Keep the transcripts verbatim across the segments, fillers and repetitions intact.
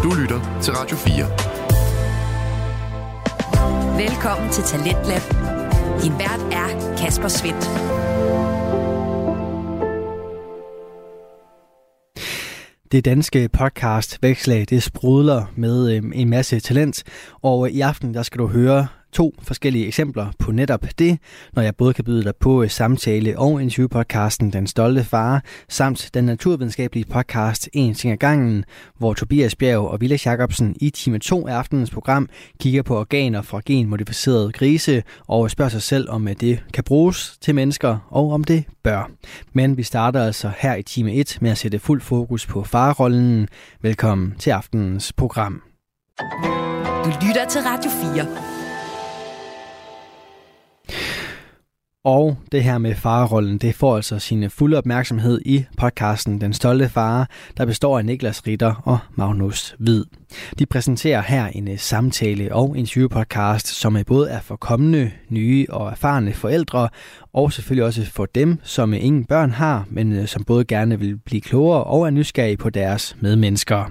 Du lytter til Radio fire. Velkommen til Talentlab. Din vært er Kasper Svendt. Det danske podcast Vækslag, det sprudler med øh, en masse talent, og i aften der skal du høre to forskellige eksempler på netop det, når jeg både kan byde dig på samtale- og interviewpodcasten Den Stolte Far, samt den naturvidenskabelige podcast En ting ad gangen, hvor Tobias Bjerg og Vilas Jacobsen i time to af aftenens program kigger på organer fra genmodificerede grise og spørger sig selv, om det kan bruges til mennesker, og om det bør. Men vi starter altså her i time et med at sætte fuld fokus på farrollen. Velkommen til aftenens program. Du lytter til Radio fire. Og det her med farrollen, det får altså sin fulde opmærksomhed i podcasten Den Stolte Far, der består af Niklas Ritter og Magnus Hvid. De præsenterer her en samtale- og interviewpodcast, som både er for kommende, nye og erfarne forældre, og selvfølgelig også for dem, som ingen børn har, men som både gerne vil blive klogere og er nysgerrige på deres medmennesker.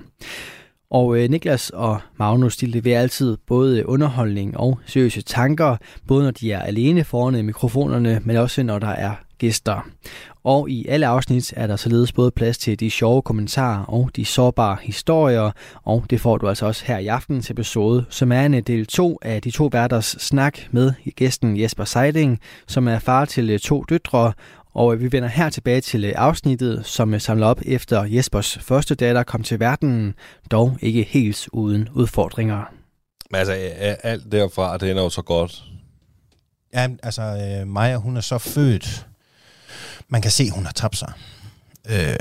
Og øh, Niklas og Magnus, de leverer altid både underholdning og seriøse tanker, både når de er alene foran mikrofonerne, men også når der er gæster. Og i alle afsnit er der således både plads til de sjove kommentarer og de sårbare historier, og det får du altså også her i aftens episode, som er en del to af de to værters snak med gæsten Jesper Seiding, som er far til to døtre. Og vi vender her tilbage til afsnittet, som samler op efter Jespers første datter kom til verden, dog ikke helt uden udfordringer. Men altså, alt derfra, det ender jo så godt. Ja, altså, Maja, hun er så født. Man kan se, hun har tabt sig. Øh,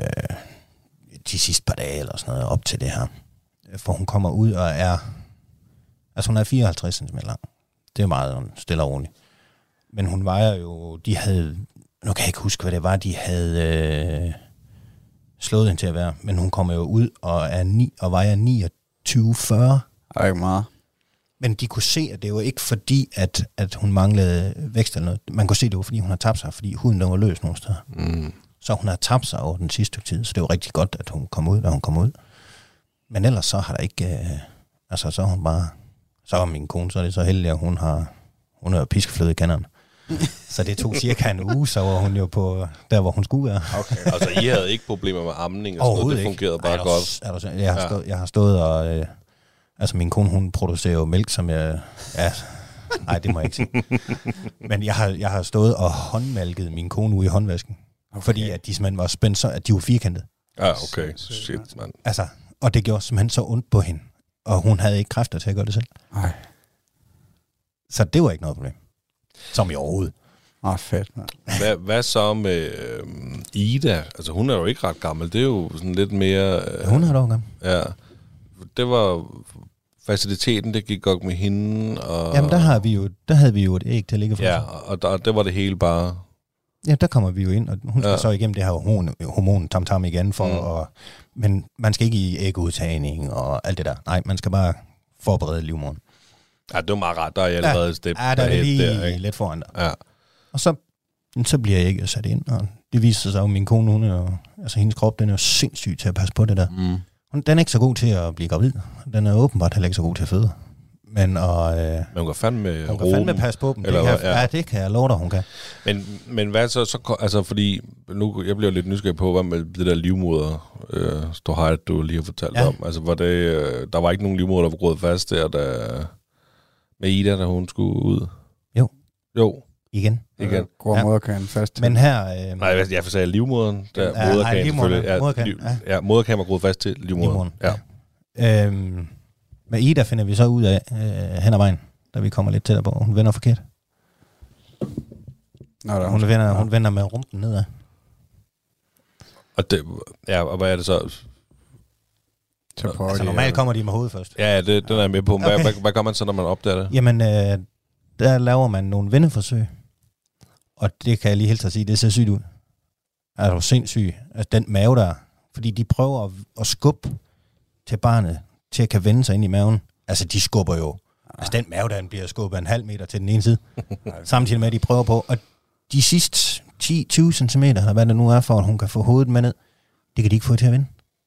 de sidste par dage eller sådan noget, op til det her. For hun kommer ud og er... Altså, hun er fireoghalvtreds centimeter lang. Det er meget stille og roligt. Men hun vejer jo... De havde... Nu kan jeg ikke huske, hvad det var, de havde øh, slået hende til at være. Men hun kommer jo ud og er ni og vejer niogtyve fyrre. Ej, ikke meget. Men de kunne se, at det var ikke fordi, at, at hun manglede vækst eller noget. Man kunne se, at det var fordi, hun har tabt sig, fordi huden der var løs nogle steder. Mm. Så hun har tabt sig over den sidste tid, så det var rigtig godt, at hun kom ud, da hun kom ud. Men ellers så har der ikke... Øh, altså, så hun bare... Så var min kone, så er det så heldig, at hun har... Hun er piskefløde i kanderne. Så det tog cirka en uge, så var hun jo på der, hvor hun skulle være. Okay, altså I havde ikke problemer med amning og sådan noget, det fungerede bare Ej, godt. Er der, jeg, har ja. stået, jeg har stået og... Øh, altså min kone, hun producerer jo mælk, som jeg... Ja, nej, det må jeg ikke sige. Men jeg har, jeg har stået og håndmalket min kone ude i håndvasken. Okay. Fordi at de simpelthen var spændt så, at de var firkantede. Ja, okay. Shit, mand. Altså, og det gjorde simpelthen så ondt på hende. Og hun havde ikke kræfter til at gøre det selv. Nej. Så det var ikke noget problem. Som i overhovedet. Åh, oh, fedt. Hvad, hvad så med øh, Ida? Altså, hun er jo ikke ret gammel. Det er jo sådan lidt mere... Øh, hun er dog gammel. Ja. Det var... Faciliteten, det gik godt med hende. Og jamen, der, har vi jo, der havde vi jo et æg til at ligge for. Ja, og der, det var det hele bare... Ja, der kommer vi jo ind, og hun skal ja. så igennem det her hormon, hormon tam-tam igen, for mm. at, men man skal ikke i ægudtagning og alt det der. Nej, man skal bare forberede livmoderen. Ja, det var meget rart. Der er jeg allerede ja. et step. Ja, der er lige der, lidt foran dig. Ja. Og så, så bliver jeg ikke sat ind, og det viser sig, at min kone, hun er, altså hendes krop, den er jo sindssyg til at passe på det der. Mm. Den er ikke så god til at blive gravid. Den er åbenbart heller ikke så god til at føde. Men, og, øh, men hun kan fandme hun kan fandme passe på dem. Eller, det kan, ja. ja, det kan jeg love dig, hun kan. Men, men hvad så, så... Altså, fordi... Nu, jeg bliver lidt nysgerrig på, hvad med det der livmoder, øh, står her, du lige har fortalt ja. om. Altså, var det... Øh, der var ikke nogen livmoder, der var groet fast der, da, med Ida, da hun skulle ud? Jo. Jo. Igen. Igen. Gror ja. moderkagen fast. Men her... Øh, Nej, jeg, jeg sagde livmoderen. Der, ja, moderkagen, livmoderen, ja, moderkagen, ja. ja, moderkagen var groet fast til livmoderen. livmoderen ja. Øhm, med Ida finder vi så ud af øh, hen ad vejen, da vi kommer lidt tættere på. Hun vender forkert. Nå, hun, hun, vender, hun vender med rumpen nedad. Og det, ja, og hvad er det så? Party, altså normalt kommer de med hovedet først. Ja, det, den er jeg med på. Hvad, okay. hvad, hvad gør man så, når man opdager det? Jamen, øh, der laver man nogle vendeforsøg. Og det kan jeg lige helt at sige, det ser sygt ud. Er du sindssyg? Altså den mave der. Fordi de prøver at, at skubbe til barnet, til at kan vende sig ind i maven. Altså de skubber jo. Altså den mave der, den bliver skubbet en halv meter til den ene side. Samtidig med, at de prøver på. Og de sidste ti til tyve centimeter, eller hvad det nu er for, at hun kan få hovedet med ned, det kan de ikke få til at vende.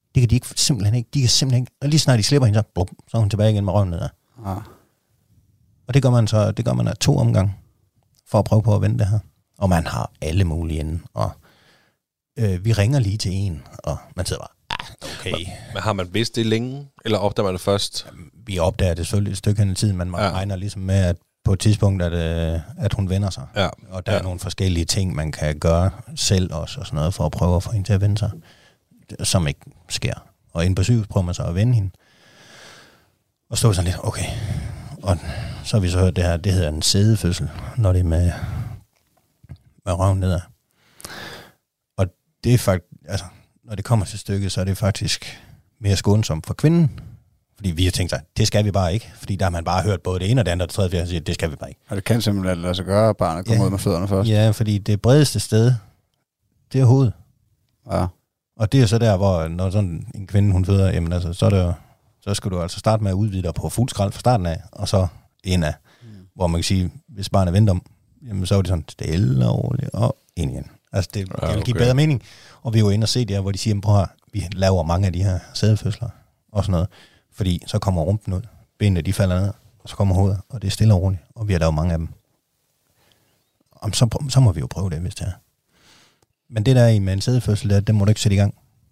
Det kan de ikke, simpelthen ikke. De kan simpelthen ikke. Og lige snart de slipper hende, så, blub, så er hun tilbage igen med røven ned. Ah. Og det gør man så, det gør man af to omgange, for at prøve på at vende det her. Og man har alle mulige inde, og øh, vi ringer lige til en, og man sidder bare, ah, okay. Men har man vidst det længe, eller opdager man det først? Vi opdager det selvfølgelig et stykke hen i tiden, men man ja. regner ligesom med, at på et tidspunkt, at, øh, at hun vender sig. Ja. Og der ja. er nogle forskellige ting, man kan gøre selv også, og sådan noget, for at prøve at få hende til at vende sig, som ikke sker. Og inde på sygehuset prøver man så at vende hende. Og stå sådan lidt, okay. Og så har vi så hørt det her, det hedder en sædefødsel, når det er med, med røven nedad. Og det er faktisk, altså, når det kommer til stykket, så er det faktisk mere skånsomt for kvinden. Fordi vi har tænkt sig, det skal vi bare ikke. Fordi der har man bare hørt både det ene og det andet og det tredje, og siger, det skal vi bare ikke. Og det kan simpelthen lade sig gøre, at barnet kommer ja. ud med fødderne først. Ja, fordi det bredeste sted, det er hovedet. Ja. Og det er så der, hvor når sådan en kvinde, hun føder, jamen altså, så, er det jo, så skal du altså starte med at udvide dig på fuld skrald fra starten af, og så ind af, mm. hvor man kan sige, hvis barnet venter om, jamen så er det sådan stille og roligt, og ind igen. Altså det, ja, det vil give okay. bedre mening. Og vi er jo inde og se der, hvor de siger, prøv her, vi laver mange af de her sædefødsler og sådan noget, fordi så kommer rumpen ud, benene de falder ned, og så kommer hovedet, og det er stille og roligt, og vi har lavet mange af dem. Og så, så må vi jo prøve det, hvis det er. Men det der i med en sædefødsel, der, den må du ikke sætte i gang.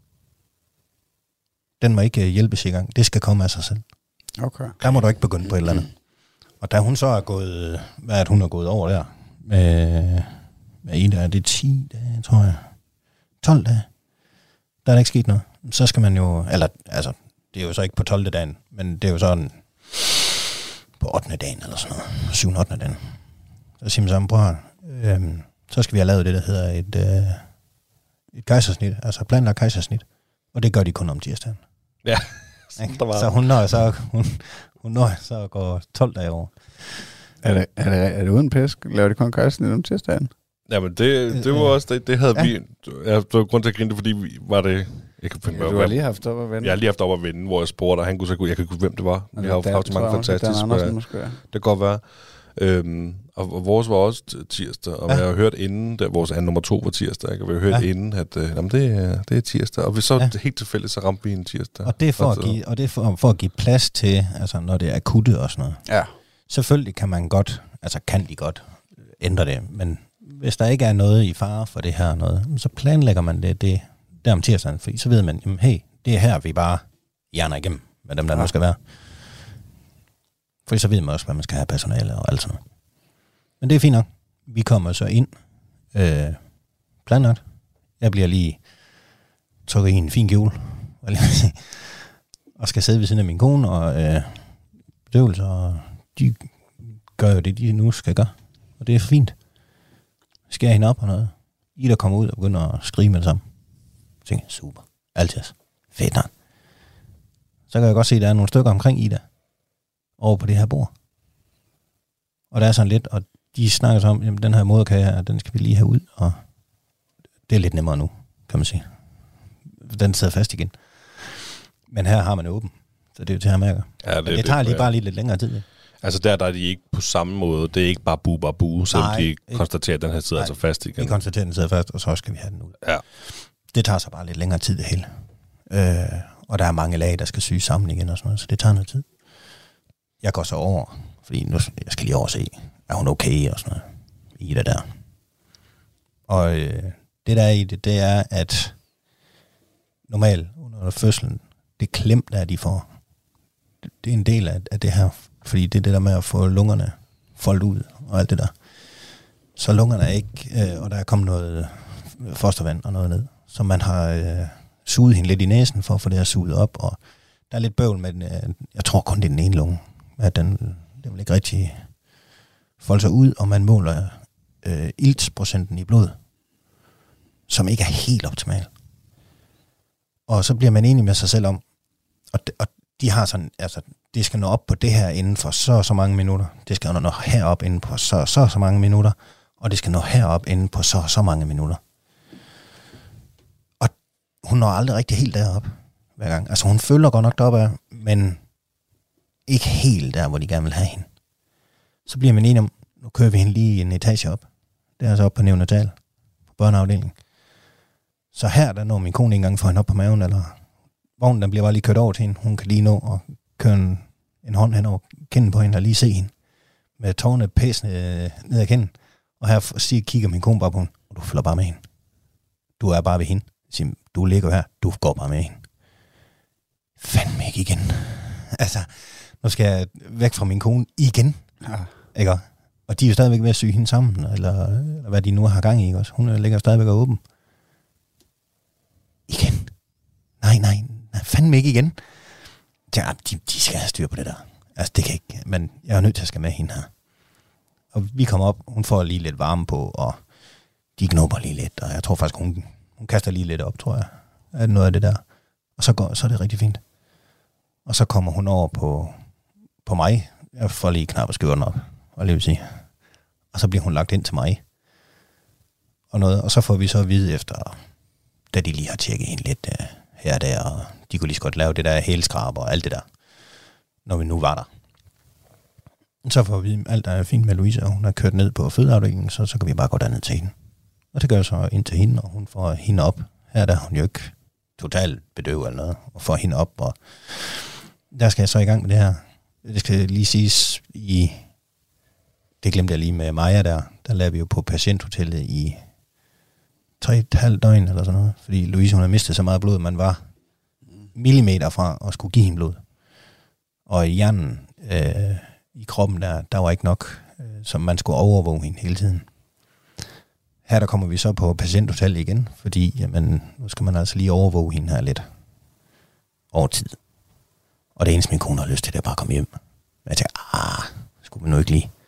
Den må ikke hjælpes i gang. Det skal komme af sig selv. Okay. Der må du ikke begynde på et eller andet. Og da hun så er gået, hvad er det, hun er gået over der? Med, med en der, det er ti dage, tror jeg. tolv dage. Der er der ikke sket noget. Så skal man jo, eller altså, det er jo så ikke på tolvte dagen, men det er jo sådan på ottende dagen eller sådan noget. syvende ottende dagen. Så siger man sammen, prøv øhm, så skal vi have lavet det, der hedder et, øh, et kejsersnit, altså planlagt kejsersnit. Og det gør de kun om tirsdagen. Ja. Så hun når så, hun, hun når så at gå tolv dage over. Er det, er det, er det uden pæsk? Laver de kun kejsersnit om tirsdagen? Jamen, det, det var også, det, det havde ja. vi, ja, det var grund til at grine det, fordi vi, var det, jeg kan finde ja, du har lige haft op at vende. Jeg har lige haft op at vende, hvor jeg spurgte, og han kunne så, jeg kan ikke huske, hvem det var. Vi har jo haft mange fantastiske, det kan godt være. Øhm, og, og vores var også tirsdag, og ja. jeg har hørt inden, der vores anden nummer to var tirsdag, ikke? Og vi har hørt ja. inden, at øh, jamen, det, er, det er tirsdag, og vi så ja. helt tilfældigt, så ramte vi en tirsdag. Og det er for, at give, og det er for, for at give plads til, altså når det er akutte og sådan noget. Ja. Selvfølgelig kan man godt, altså kan de godt ændre det, men hvis der ikke er noget i fare for det her noget, så planlægger man det, det der om tirsdagen, fordi så ved man, jamen, hey, det er her, vi bare hjerner igennem med dem, der ja. nu skal være. Fordi så ved man også, hvad man skal have personale og alt sådan noget. Men det er fint nok. Vi kommer så ind øh, planlagt. Jeg bliver lige trukket i en fin kjole og skal sidde ved siden af min kone og øh, bedøvelse, og de gør jo det, de nu skal gøre. Og det er fint. Skærer hende op og noget. Ida kommer ud og begynder at skrige med det samme. Jeg tænker, super. Altid. Fedt nok. Så kan jeg godt se, at der er nogle stykker omkring Ida over på det her bord. Og der er sådan lidt, og de snakker så om, jamen den her moderkage her, den skal vi lige have ud, og det er lidt nemmere nu, kan man sige. Den sidder fast igen. Men her har man åben, så det er jo til at mærke. Ja, det, det tager lige bare lige lidt længere tid. Altså der, der er de ikke på samme måde, det er ikke bare bu, bare bu, selvom de ikke konstaterer, at den her sidder nej, altså fast igen. Vi konstaterer, at den sidder fast, og så skal vi have den ud. Ja. Det tager så bare lidt længere tid det hele. Øh, og der er mange lag, der skal syes sammen igen og sådan noget, så det tager noget tid. Jeg går så over, fordi nu jeg skal lige overse, er hun okay og sådan noget i det der. Og øh, det der er i det, det er, at normalt under fødslen, det klem, der de får, det, det er en del af, af det her, fordi det er det der med at få lungerne foldet ud og alt det der. Så lungerne er ikke, øh, og der er kommet noget fostervand og noget ned, så man har øh, suget hende lidt i næsen for at få det her suget op, og der er lidt bøvl med den, øh, jeg tror kun det er den ene lunge, at den, den vil ikke rigtig folde sig ud, og man måler øh, iltsprocenten i blod, som ikke er helt optimal. Og så bliver man enig med sig selv om, og de, og de har sådan, altså, det skal nå op på det her inden for så og så mange minutter, det skal nå herop inden på så og så, så mange minutter, og det skal nå herop inden på så og så mange minutter. Og hun når aldrig rigtig helt derop hver gang. Altså hun følger godt nok deroppe af, men ikke helt der, hvor de gerne vil have hende. Så bliver man enige om, nu kører vi hende lige en etage op. Det er altså op på neonatal, på børneafdelingen. Så her, der når min kone ikke engang får hende op på maven, eller vognen den bliver bare lige kørt over til hende. Hun kan lige nå at køre en, en hånd hen over kinden på hende og lige se hende. Med tårne pæsende ned ad kinden. Og her siger, kigger min kone bare på hende. Og du følger bare med hende. Du er bare ved hende. Siger, du ligger her. Du går bare med hende. Fandme ikke igen. Altså, nu skal jeg væk fra min kone igen. Ja. Ikke? Og de er jo stadigvæk ved at syge hende sammen. Eller, eller hvad de nu har gang i. Ikke? Hun ligger stadigvæk åben. Igen. Nej, nej. nej fandme ikke igen. Ja, de, de skal have styr på det der. Altså, det kan ikke. Men jeg er nødt til at skal med hende her. Og vi kommer op. Hun får lige lidt varme på, og de knupper lige lidt. Og jeg tror faktisk, hun, hun kaster lige lidt op, tror jeg. Er noget af det der. Og så, går, så er det rigtig fint. Og så kommer hun over på, på mig. Jeg får lige knap og skøver den op. Og, lige sige. Og så bliver hun lagt ind til mig. Og, noget, og så får vi så at vide efter, da de lige har tjekket hende lidt uh, her og der, og de kunne lige så godt lave det der hælskrab og alt det der, når vi nu var der. Så får vi alt, der er fint med Louise, og hun har kørt ned på fødeafdelingen, så, så kan vi bare gå derned til hende. Og det gør så ind til hende, og hun får hende op. Her der hun jo ikke totalt bedøvet eller noget, og får hende op, og der skal jeg så i gang med det her. Det skal lige siges i, det glemte jeg lige med Maja der, der lavede vi jo på patienthotellet i tre et halvt døgn eller sådan noget, fordi Louise hun havde mistet så meget blod, man var millimeter fra at skulle give hende blod. Og i hjernen, øh, i kroppen der, der var ikke nok, øh, som man skulle overvåge hende hele tiden. Her der kommer vi så på patienthotellet igen, fordi jamen, nu skal man altså lige overvåge hende her lidt over tid. Og det eneste min kone har lyst til, det er bare at komme hjem. Men jeg tænker, ah, skulle vi nu ikke lige.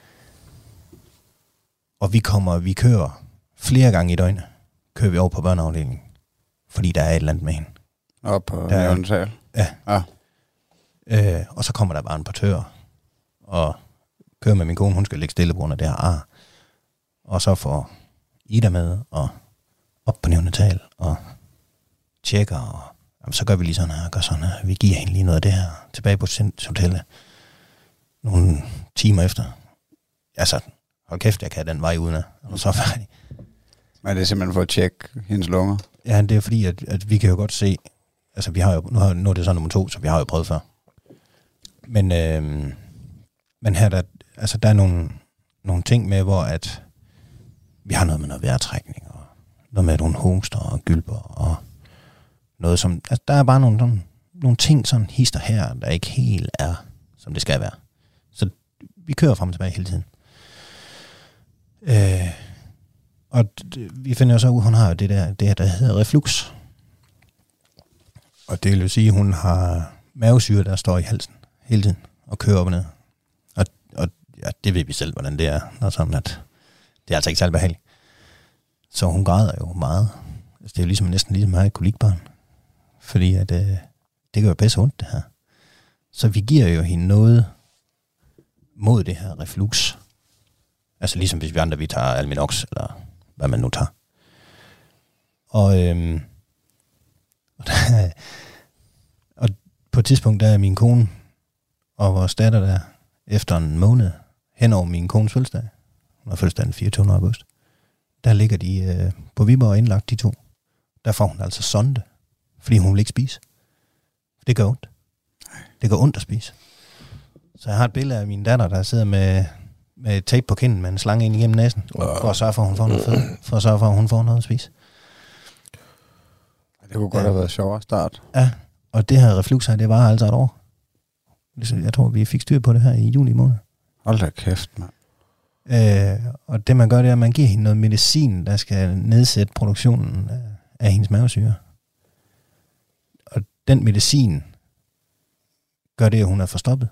Og vi kommer, vi kører flere gange i døgnet, kører vi over på børneafdelingen, fordi der er et eller andet med hende. Op på Jørgensal? Ja. ja. Øh, og så kommer der bare en portør, og kører med min kone, hun skal ligge stille på grund af det her ar. Og så får Ida med, og op på neonatal, og tjekker, og jamen, så gør vi lige sådan her, gør sådan her. Vi giver hende lige noget af det her, tilbage på hotellet, nogle timer efter. Altså, hold kæft, jeg kan den vej uden af, og så er færdig. Men det er simpelthen for at tjekke hendes lunger? Ja, det er fordi, at, at vi kan jo godt se, altså vi har jo, nu, har, nu er det så nummer to, så vi har jo prøvet før. Men, øh, men her, der, altså, der er nogle, nogle ting med, hvor at vi har noget med noget vejrtrækning, og noget med nogle hoster og gylper, og noget som, altså der er bare nogle, nogle, nogle ting, sådan hister her, der ikke helt er, som det skal være. Så vi kører frem og tilbage hele tiden. Øh, og d- vi finder jo så ud, hun har jo det der, det her, der hedder reflux. Og det vil jo sige, at hun har mavesyre, der står i halsen hele tiden, og kører op og ned. Og, og ja, det ved vi selv, hvordan det er, når sådan at det er altså ikke særlig behageligt. Så hun græder jo meget. Altså, det er jo ligesom næsten ligesom meget et kolikbarn. Fordi at, øh, det kan jo bedst ondt, det her. Så vi giver jo hende noget mod det her reflux. Altså ligesom hvis vi andre, vi tager Alminox, eller hvad man nu tager. Og, øhm, og, der, og på et tidspunkt, der er min kone og vores datter der, efter en måned, hen over min kones fødselsdag, hun har fødselsdag den fireogtyvende august, der ligger de øh, på Viborg indlagt, de to. Der får hun altså sonde, fordi hun vil ikke spise. Det gør ondt. Det gør ondt at spise. Så jeg har et billede af min datter, der sidder med, med tape på kinden med en slange ind igennem næsen, for at sørge for, at hun får noget føde, for at sørge for, at hun får noget at spise. Det kunne godt ja. have været sjovere start. Ja, og det her reflux her, det var altså et år. Jeg tror, vi fik styr på det her i juli måned. Hold da kæft, mand. Øh, og det man gør, det er, at man giver hende noget medicin, der skal nedsætte produktionen af, af hendes mavesyre. Og den medicin gør det, at hun er forstoppet.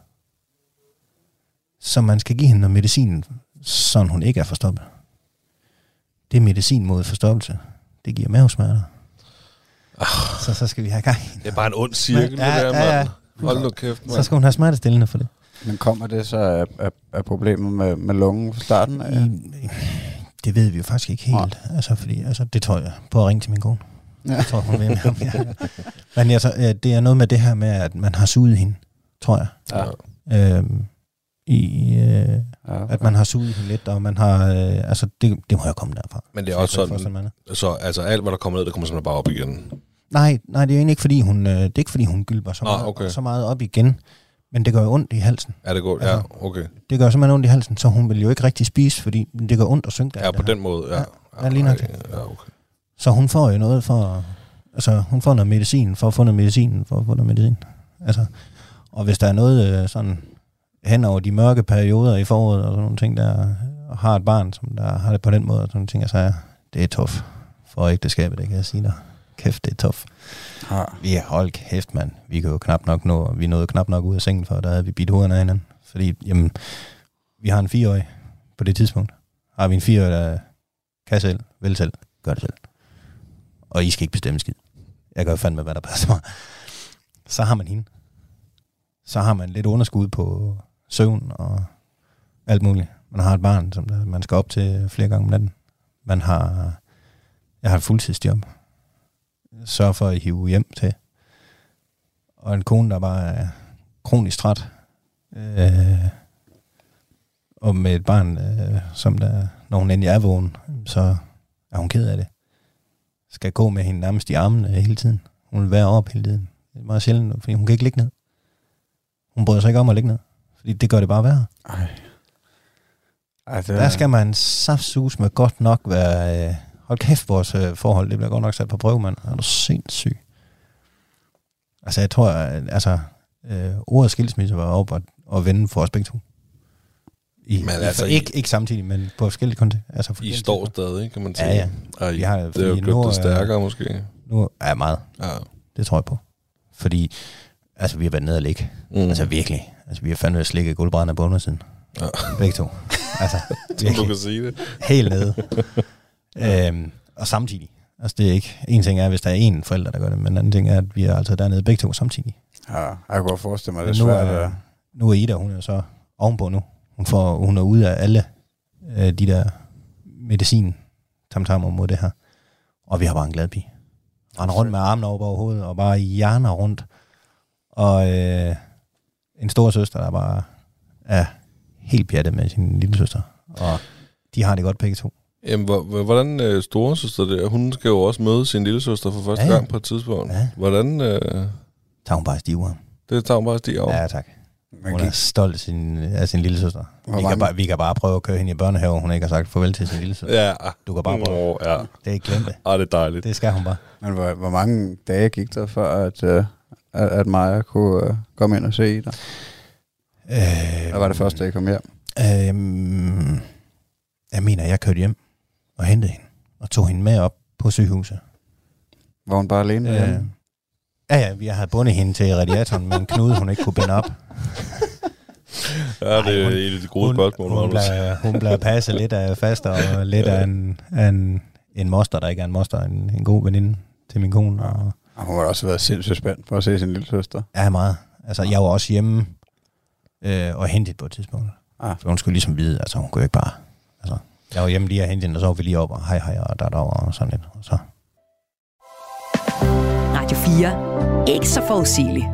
Så man skal give hende noget medicin, så hun ikke er forstoppet. Det er medicin mod forstoppelse. Det giver mavesmerter. Oh. Så, så skal vi have gang. Det er bare en ond cirkel, ja, det der, ja, ja. mand. Hold nu kæft, mand. Så skal hun have smertestillende for det. Men kommer det så af, af, af problemet med, med lungen fra starten? Ja. I, det ved vi jo faktisk ikke helt. Ja. Altså, fordi, altså, det tror jeg på at ringe til min kone. Ja. Jeg tror, hun ved med ham. Ja. Men altså, det er noget med det her med, at man har suget hende, tror jeg. Ja. Øhm, i, øh, ja, okay. At man har suget hende lidt, og man har, øh, altså, det, det må jo komme derfra. Men det er også sådan, så, altså alt, hvad der kommer ned, der kommer simpelthen bare op igen. Nej, nej, det er egentlig ikke, fordi hun, øh, det er ikke, fordi hun gylper så, ah, meget, okay. så meget op igen. Men det gør jo ondt i halsen. Ja, det går. Altså, ja, okay. Det gør simpelthen ondt i halsen, så hun vil jo ikke rigtig spise, fordi det gør ondt at synke der. Ja, på den måde, ja. Ja, ja lige nok. Ja, okay. Så hun får jo noget for... Altså, hun får noget medicin, for at få noget medicin, for at få noget medicin. Altså, og hvis der er noget øh, sådan hen over de mørke perioder i foråret, og sådan nogle ting, der har et barn, som der har det på den måde, og sådan nogle ting, så er det er tof for ægteskabet, det kan jeg sige dig. Kæft, det er tof. Ja. Vi er hold kæft, mand. Vi kan jo knap nok nå, vi nåede knap nok ud af sengen, for der havde vi bidt hovederne af hinanden. Fordi, jamen, vi har en fireårig på det tidspunkt. Har vi en fireårig, der kan selv, vil selv, gør det selv. Og I skal ikke bestemme skid. Jeg gør fandme, hvad der passer mig. Så har man hende. Så har man lidt underskud på søvn og alt muligt. Man har et barn, som der, man skal op til flere gange om natten. Man har... Jeg har et fuldtidsjob. Sørger for at hive hjem til. Og en kone, der bare er kronisk træt. Øh, og med et barn, øh, som der, når hun endelig er vågen, så er hun ked af det. Skal gå med hende nærmest i armene hele tiden. Hun vil være op hele tiden. Det er meget sjældent, fordi hun kan ikke ligge ned. Hun bryder sig ikke om at ligge ned. Fordi det gør det bare værre. Ej. Ej, det Der skal man saftsus med godt nok være... Øh, hold kæft, vores øh, forhold, det bliver godt nok sat på prøve, mand. Er du sindssyg? Altså, jeg tror, at, altså, øh, ordet skilsmisse var op og, og vende for os begge to. I, Men i, altså, for, ikke, ikke samtidig, men på forskellige konti. Altså, I står stadig, kan man sige. Ja, ja. Ej, Vi har, det er jo blevet det stærkere, måske. Nu er jeg meget. Ja. Det tror jeg på. Fordi, altså, vi har været nede og ligge. Mm. Altså, virkelig. Altså, vi har fandme slikket gulvbrænderne på undersiden. Ja. Begge to. Altså, virkelig. Du kan sige det. Helt nede. øhm, og samtidig. Altså, det er ikke... En ting er, hvis der er en forælder, der gør det, men en anden ting er, at vi er altså dernede begge to samtidig. Ja, jeg kan godt forestille mig, det er nu svært. Er, nu er Ida, hun er så ovenpå nu. Hun, får, hun er ude af alle øh, de der medicin tamtammer mod det her. Og vi har bare en glad pige. Render rundt med armen over hovedet, og bare hjerner rundt. Og øh, en stor søster, der bare er helt pjattet med sin lille søster. Og de har det godt begge to. Jamen, hvordan øh, storesøster det? Hun skal jo også møde sin lille søster for første ja, ja. gang på et tidspunkt. Ja. Hvordan... Øh, tager hun bare stiv af? Det tager hun bare stiv af? Ja, tak. Hun er stolt af sin, af sin lille søster. Vi kan, bare, vi kan bare prøve at køre hende i børnehave, hun ikke har sagt farvel til sin lille søster. Ja. Du kan bare prøve. Oh, ja. Det er ikke glemt det. Ah, det er dejligt. Det skal hun bare. Men hvor, hvor mange dage gik der før, at, uh, at, at Maja kunne uh, komme ind og se dig? Øh, Hvad var det første, jeg kom hjem? Øh, jeg mener, jeg kørte hjem og hentede hende og tog hende med op på sygehuset. Var hun bare alene? Øh, ja, ja, vi havde bundet hende til radiatoren med en knude, hun ikke kunne binde op. Ja, det er hun, et af de gode spørgsmål. Hun, hun, bliver, hun bliver passet lidt af faster og lidt af en, af en, en moster, der ikke er en moster, en, en god veninde til min kone. Og, og hun har også været sindssygt spændt på at se sin lille søster. Ja, meget. Altså, jeg var også hjemme øh, og hentet på et tidspunkt. Ah. For hun skulle ligesom vide, altså hun kunne ikke bare... Altså, jeg var hjemme lige og hente hende, og så var vi lige op og hej hej og der derovre og sådan lidt. Og så. Radio fire. Ikke så forudsigeligt.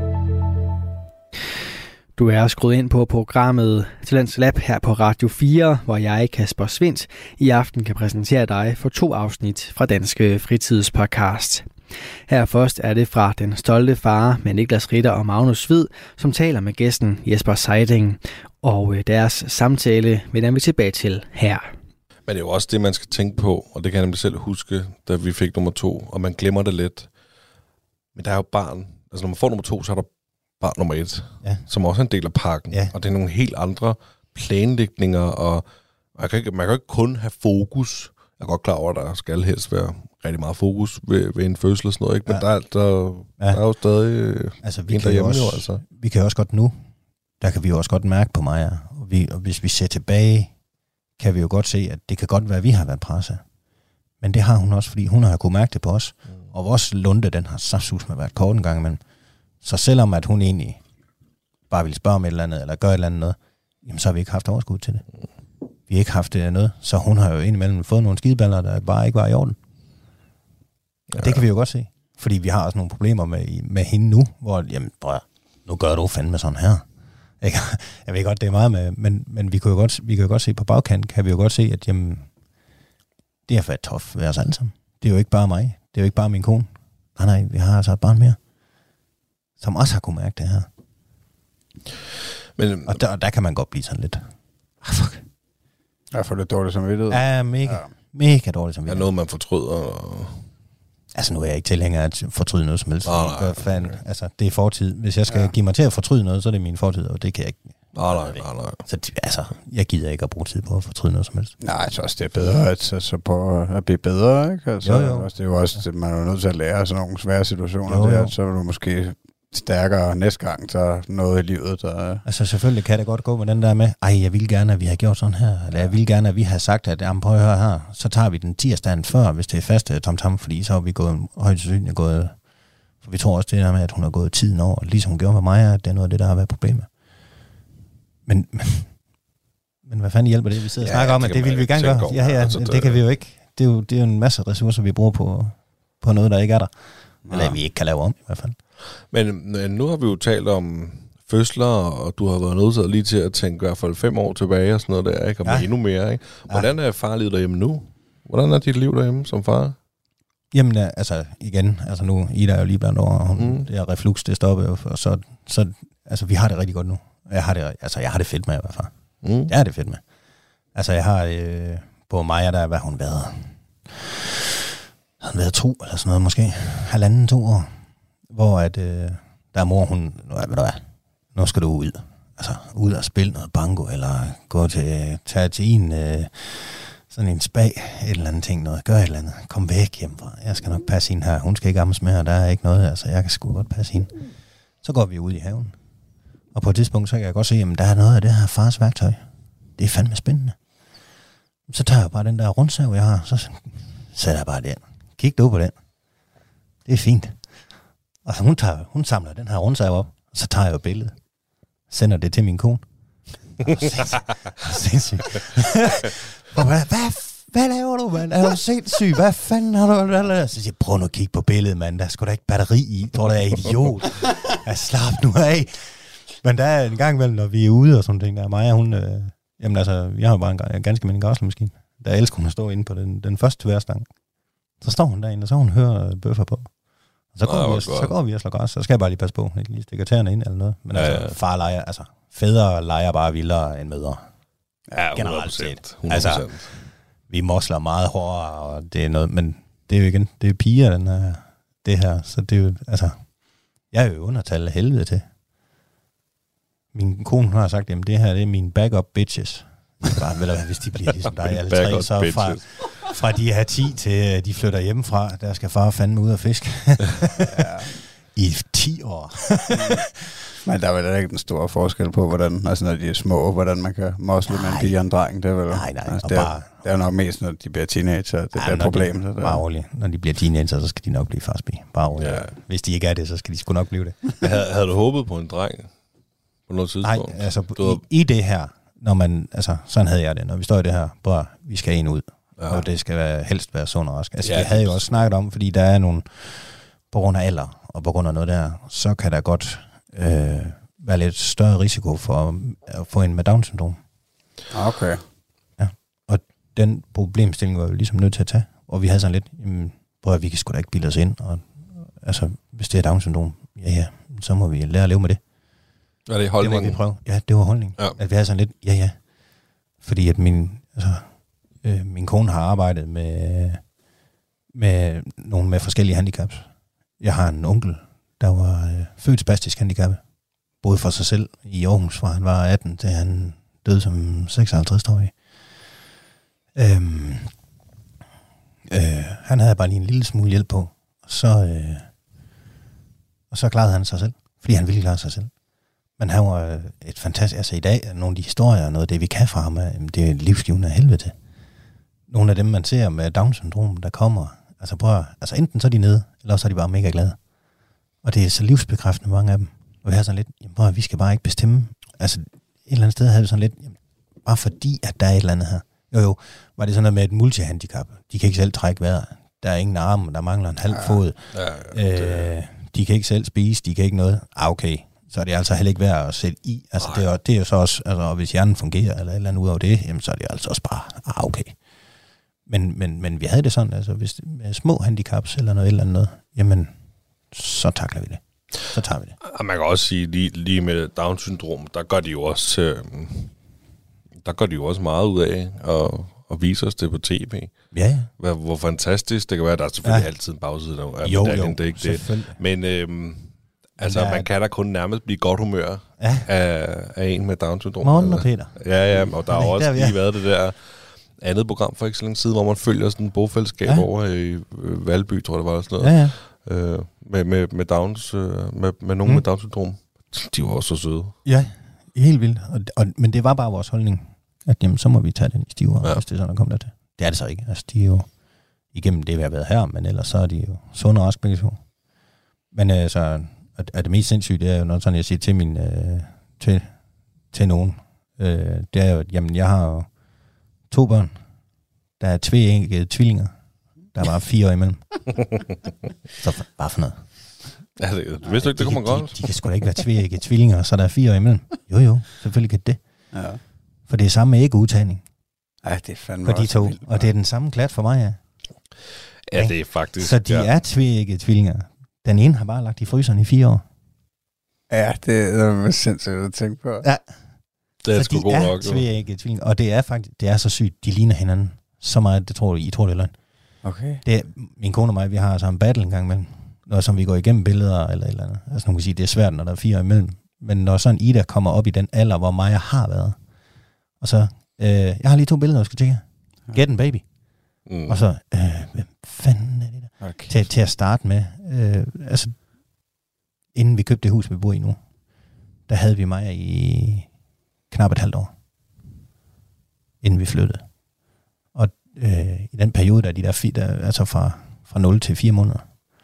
Du er skruet ind på programmet Talents Lab her på Radio fire, hvor jeg, Kasper Svindt, i aften kan præsentere dig for to afsnit fra Danske Fritidspodcast. Her først er det fra Den Stolte Far med Niklas Ritter og Magnus Hvid, som taler med gæsten Jesper Seiding, og deres samtale vender vi tilbage til her. Men det er jo også det, man skal tænke på, og det kan jeg nemlig selv huske, da vi fik nummer to, og man glemmer det lidt. Men der er jo barn. Altså når man får nummer to, så er der barn nummer et, ja. Som også er en del af pakken. Ja. Og det er nogle helt andre planlægninger, og man kan, ikke, man kan ikke kun have fokus. Jeg er godt klar over, at der skal helst være rigtig meget fokus ved, ved en fødsel og sådan noget, ikke? Men ja. der, der, ja. der er jo stadig altså, vi en kan derhjemme. Også, jo, altså. Vi kan også godt nu, der kan vi jo også godt mærke på Maja, og, vi, og hvis vi ser tilbage, kan vi jo godt se, at det kan godt være, at vi har været presset. Men det har hun også, fordi hun har kunnet mærke det på os. Mm. Og vores lunde, den har saftsus med været kort en gang imellem. Så selvom at hun egentlig bare ville spørge om et eller andet, eller gøre et eller andet noget, jamen så har vi ikke haft overskud til det. Vi har ikke haft det noget, så hun har jo indimellem fået nogle skideballer, der bare ikke var i orden. Ja. Det kan vi jo godt se. Fordi vi har også nogle problemer med, med hende nu, hvor, jamen bror, nu gør du fandme sådan her. Ikke? Jeg ved godt, det er meget med, men, men vi kan jo godt, vi kan jo godt se på bagkanten, kan vi jo godt se, at jamen, det har været tough ved os alle sammen. Det er jo ikke bare mig. Det er jo ikke bare min kone. Nej, nej, vi har altså et barn mere, som også har kunne mærke det her. Men, og, der, og der kan man godt blive sådan lidt, ah, fuck. Jeg får lidt dårligt samvittighed. Ja, mega, ja. mega dårligt samvittighed. Er noget, man fortryder? Og... Altså, nu er jeg ikke tilhænger af at fortryde noget som helst. Nej, nej, okay. Fan, altså, det er fortid. Hvis jeg skal ja. give mig til at fortryde noget, så er det min fortid, og det kan jeg ikke. Nej, nej, nej, nej. Så altså, jeg gider ikke at bruge tid på at fortryde noget som helst. Nej, så også det er bedre at, så, så på at blive bedre, ikke? Altså, jo, jo. Det er jo også, man er nødt til at lære sådan nogle svære situationer. Jo, jo. Der, så er du måske stærkere næste gang, så noget i livet, der... Altså selvfølgelig kan det godt gå med den der med, ej, jeg ville gerne, at vi har gjort sådan her, eller jeg ville gerne, at vi har sagt, at jamen, prøv at høre her, så tager vi den tirsdagen før, hvis det er faste tom-tom, fordi så har vi gået, højt sandsynligt gået, for vi tror også det der med, at hun har gået tiden over, ligesom hun gjorde med mig, at det er noget af det, der har været problemet. Men, men, men hvad fanden hjælper det, vi sidder og ja, snakker om, at det vil vi gerne gøre? Ja, ja, altså, det, det kan vi jo ikke. Det er jo, det er jo en masse ressourcer, vi bruger på, på noget, der ikke er der. Eller vi ikke kan lave om, i hvert fald. Men, men nu har vi jo talt om fødsler, og du har været nødt lige til at tænke i hvert fald fem år tilbage og sådan noget der, ikke? Og ja. endnu mere, ikke? Hvordan er farlivet derhjemme nu? Hvordan er dit liv derhjemme som far? Jamen, altså igen, altså nu, Ida er jo lige blandt over, og hun, mm. det her reflux, det stopper jo, og så, så, altså vi har det rigtig godt nu. Jeg har det, altså jeg har det fedt med i hvert fald. Mm. Jeg har det fedt med. Altså jeg har, øh, på Maja, der hvad hun været, har hun været to eller sådan noget måske, halvanden, to år, hvor at, øh, der er mor, hun, ved du hvad, nu skal du ud, altså ud og spille noget banko, eller gå til, tage til en, øh, sådan en spa, et eller andet ting, noget, gør et eller andet, kom væk hjemmefra, jeg skal nok passe hende her, hun skal ikke ammes med, og der er ikke noget, altså jeg kan sgu godt passe hende. Så går vi ud i haven, og på et tidspunkt, så kan jeg godt se, at der er noget af det her fars værktøj, det er fandme spændende. Så tager jeg bare den der rundsav, jeg har, så sætter jeg bare den, kig du på den, det er fint. Og hun, tager, hun samler den her rundsav op, og så tager jeg jo billedet, sender det til min kone. Sindssygt. hvad, hvad, hvad laver du, mand? Er du sindssyg? Hvad fanden har du lavet? Så siger jeg, prøv nu at kigge på billedet, mand. Der er sgu da ikke batteri i. Tror du, jeg er idiot? Jeg slap nu af. Men der er en gang imellem, når vi er ude og sådan ting, der er mig, hun... Øh, jamen altså, jeg har jo bare en, en ganske mindre græslemaskine. Der elsker hun at stå inde på den, den første tværstang. Så står hun derinde, og så hun hører bøffer på. Og så går, ja, vi, og, så går vi og slår græs, så skal jeg bare lige passe på, ikke lige stikker tæerne ind eller noget. Men ja, altså, ja. far leger, altså, fædre leger bare vildere end mødre. Ja, generelt set. hundrede procent. Altså, vi mosler meget hårdere, og det er noget, men det er jo igen, det er piger, den her, det her, så det er jo, altså, jeg er jo undertal af helvede til. Min kone har sagt, jamen det her, det er mine backup bitches. Bare, vel, hvis de bliver ligesom dig alle tre, så fra, fra de her ti til de flytter hjemmefra, der skal far fandme ud og fiske. Ja. I ti år. Men der er vel ikke en stor forskel på, hvordan, altså når de er små, hvordan man kan mosle med en pige og en dreng. Det er vel, nej, nej. Altså, det, er, bare, det er jo nok mest, når de bliver teenager, det ja, er et problem. De, bare roligt. Når de bliver teenager, så skal de nok blive farsbi. Bare roligt. Ja. Hvis de ikke er det, så skal de sgu nok blive det. havde, havde du håbet på en dreng på noget tidspunkt? Nej, altså du... i, i det her, når man, altså sådan havde jeg det, når vi står i det her, bare vi skal en ud, ja. Og det skal være, helst være sund og rask. Altså ja, vi havde jo også snakket om, fordi der er nogle, på grund af alder, og på grund af noget der, så kan der godt øh, være lidt større risiko for at få en med Down-syndrom. Okay. Ja, og den problemstilling var vi ligesom nødt til at tage, og vi havde sådan lidt, jamen, prøv at vi kan sgu da ikke bilde os ind, og altså, hvis det er Down-syndrom, ja ja, så må vi lære at leve med det. Er det holdningen? Det må vi prøve. Ja, det var holdningen. Ja. At vi havde sådan lidt, ja ja, fordi at min, altså, øh, min kone har arbejdet med, med nogen med forskellige handicaps. Jeg har en onkel, der var øh, født spastisk handicappet. Boede for sig selv i Aarhus, fra han var atten, til han døde som seksoghalvtreds-årig. Øhm, øh, han havde bare lige en lille smule hjælp på, og så, øh, og så klarede han sig selv, fordi han ville klare sig selv. Men han var et fantastisk, altså i dag, nogle af de historier, noget af det, vi kan fra ham, det er livsgivende af helvede til. Nogle af dem, man ser med Down-syndrom, der kommer, altså prøv, altså enten så er de nede, eller så er de bare mega glade. Og det er så livsbekræftende, mange af dem. Og vi har sådan lidt, jamen prøv, vi skal bare ikke bestemme. Altså et eller andet sted havde vi sådan lidt, jamen, bare fordi, at der er et eller andet her. Jo jo, var det sådan noget med et multihandicap. De kan ikke selv trække vejret. Der er ingen arme, der mangler en halv fod. Ja, ja, øh, de kan ikke selv spise, de kan ikke noget. Ah, okay. Så er det altså heller ikke værd at sætte i. Altså det er, det er jo så også, altså hvis hjernen fungerer, eller et eller andet ud over det, jamen så er det altså også bare, ah okay. Men, men, men vi havde det sådan, altså hvis med små handicaps eller noget eller andet noget, jamen så takler vi det. Så tager vi det. Og man kan også sige, lige, lige med Down-syndrom, der gør de jo også, øh, der gør de jo også meget ud af at, at vise os det på tv. Ja, ja. Hvor, hvor fantastisk det kan være. Der er selvfølgelig ja. altid en bagside der. Jo, medaljen, jo, det er ikke det. Men øh, altså, der er... man kan da kun nærmest blive godt humør ja. af, af en med Down-syndrom. Morgen med Peter. Ja, ja, og der har også der, lige ja. været det der andet program for ikke så længe siden, hvor man følger sådan et bofællesskab ja. over i øh, Valby, tror jeg det var, sådan noget. Ja, ja. Øh, med, med, med, Downs, øh, med, med nogen mm. med Down-syndrom. De var også så søde. Ja, helt vildt. Og, og, men det var bare vores holdning, at jamen, så må vi tage den i stivere, ja. hvis det er sådan, der kommer der til. Det er det så ikke. Altså, de er jo igennem det, vi har været her, men ellers så er de jo sunde og raske begge to. Men øh, så at, at det mest sindssygt, det er jo noget sådan, jeg siger til min, øh, til, til nogen. Øh, det er jo, at jamen, jeg har jo to børn, der er tvææggede tvillinger. Der er bare fire år imellem. Så for, bare for noget. Ja, det, du vidste ikke, det kunne man godt. De, de, de kan sgu da ikke være tvææggede tvillinger, så der er fire år imellem. Jo, jo, selvfølgelig kan det. Ja. For det er samme ægudtagning. Ej, det er fandme for de to. Vildt, og det er den samme klat for mig, ja. Ja, det er faktisk... Så de ja. er tvææggede tvillinger. Den ene har bare lagt i fryseren i fire år. Ja, det er sindssygt at tænke på. Ja. Det er så sgu de god er nok. tvææggede tvillinger. Og det er faktisk, det er så sygt. De ligner hinanden så meget, det tror I, I tror det er løgn. Okay. Det er, min kone og mig, vi har så en battle en gang imellem. Når som vi går igennem billeder eller eller andet. Altså man kan sige, det er svært, når der er fire imellem. Men når sådan Ida kommer op i den alder, hvor Maja har været. Og så, øh, jeg har lige to billeder, jeg skal tjekke. Get en baby. Mm. Og så, øh, hvem fanden er det der? Okay. Til, til at starte med, øh, altså, inden vi købte det hus, vi bor i nu, der havde vi Maja i knap et halvt år. Inden vi flyttede. Og øh, i den periode, der de der, fi, der altså fra, fra nul til fire måneder,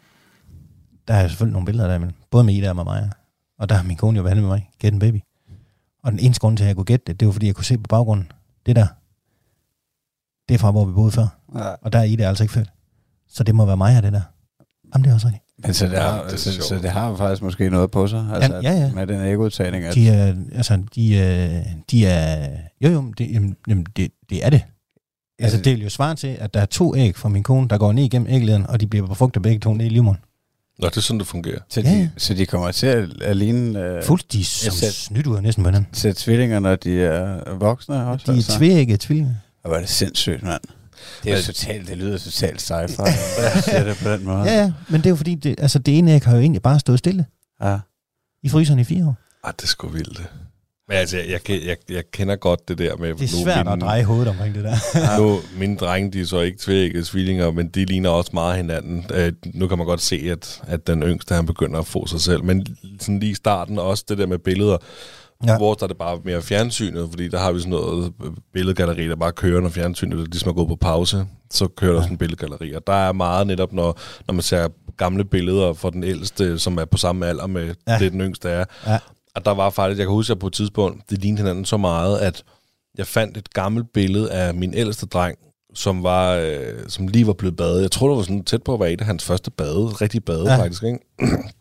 der er selvfølgelig nogle billeder der imellem. Både med Ida og med Maja. Og der har min kone jo været med mig. Get en baby. Og den eneste grund til, at jeg kunne gætte det, det var, fordi jeg kunne se på baggrunden. Det der, det er fra, hvor vi boede før. Ja. Og der er Ida altså ikke født. Så det må være Maja, det der. Jamen, det er også rigtigt. Men så det, har, ja, det så, så det har faktisk måske noget på sig, altså, ja, ja, ja. med den ægudtagning. At... De er, altså, de er, de er, jo jo, det, jamen, det, det er det. Altså, det vil jo svare til, at der er to æg fra min kone, der går ned igennem æglederen, og de bliver befrugtet begge to ned i livmoderen. Nå, det er sådan, det fungerer. Så, ja, de, ja. så de kommer til at, at ligne... Øh, Fuldstændig som snydt ud af næsten på hinanden. Til tvillinger, når de er voksne også? De er altså. Tvææggede tvillinger. Og hvor er det sindssygt, mand. Det er jo totalt, det lyder totalt sci-fi, jeg siger det på den måde. Ja, ja, men det er jo fordi, det, altså det ene æg har jo egentlig bare stået stille. Ja. I fryseren i fire år. Ah, det er sgu vildt. Men altså, jeg, jeg, jeg, jeg kender godt det der med... Det er svært nu, mine, at dreje hovedet omkring det der. Nu, mine drenge, de er så ikke tvææggede tvillinger, men de ligner også meget hinanden. Øh, nu kan man godt se, at, at den yngste, han begynder at få sig selv. Men sådan lige i starten, også det der med billeder, ja. Hvor der er det bare mere fjernsynet, fordi der har vi sådan noget billedgalleri, der bare kører, når fjernsynet ligesom er gået på pause. Så kører der ja. sådan en billedgalleri. Og der er meget netop, når, når man ser gamle billeder fra den ældste, som er på samme alder med ja. det, den yngste er. Ja. Og der var faktisk, jeg kan huske, at på et tidspunkt, det lignede hinanden så meget, at jeg fandt et gammelt billede af min ældste dreng, som var, øh, som lige var blevet badet. Jeg tror, det var sådan tæt på at være et af hans første bade, rigtig bade ja. faktisk, ikke?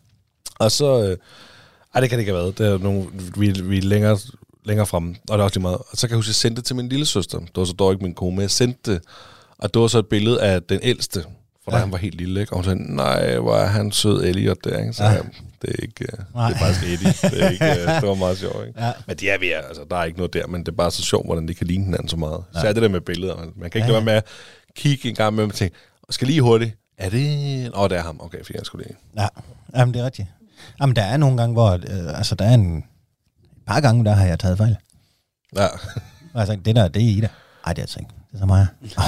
Og så, øh, ej, det kan det ikke have været. Det er nogle, vi, vi er længere, længere fremme, og det er også lige meget. Og så kan jeg huske, at jeg sendte det til min lille søster. Det var så dog ikke min kone, men jeg sendte det, og det var så et billede af den ældste, for ja. da han var helt lille, ikke? Og hun sagde, nej, hvor er han sød Elliot der, ikke? Så ja. jeg, det er ikke, det er faktisk Eddie. Det, er ikke, det var meget sjovt, ikke? Ja. Men de er ved, altså, der er ikke noget der, men det er bare så sjovt, hvordan de kan ligne hinanden så meget. Ja. Så er det der med billeder. Man kan ikke ja. lade være med at kigge en gang med og tænke, skal lige hurtigt, er det... Åh, oh, det er ham. Okay, fik jeg sgu det. Ja, jamen det er rigtigt. Jamen der er nogle gange, hvor, øh, altså der er en et par gange, der har jeg taget fejl. Ja. Altså, det der, det er Ida. Ej, det er altså ikke. Det er så meget. Oh,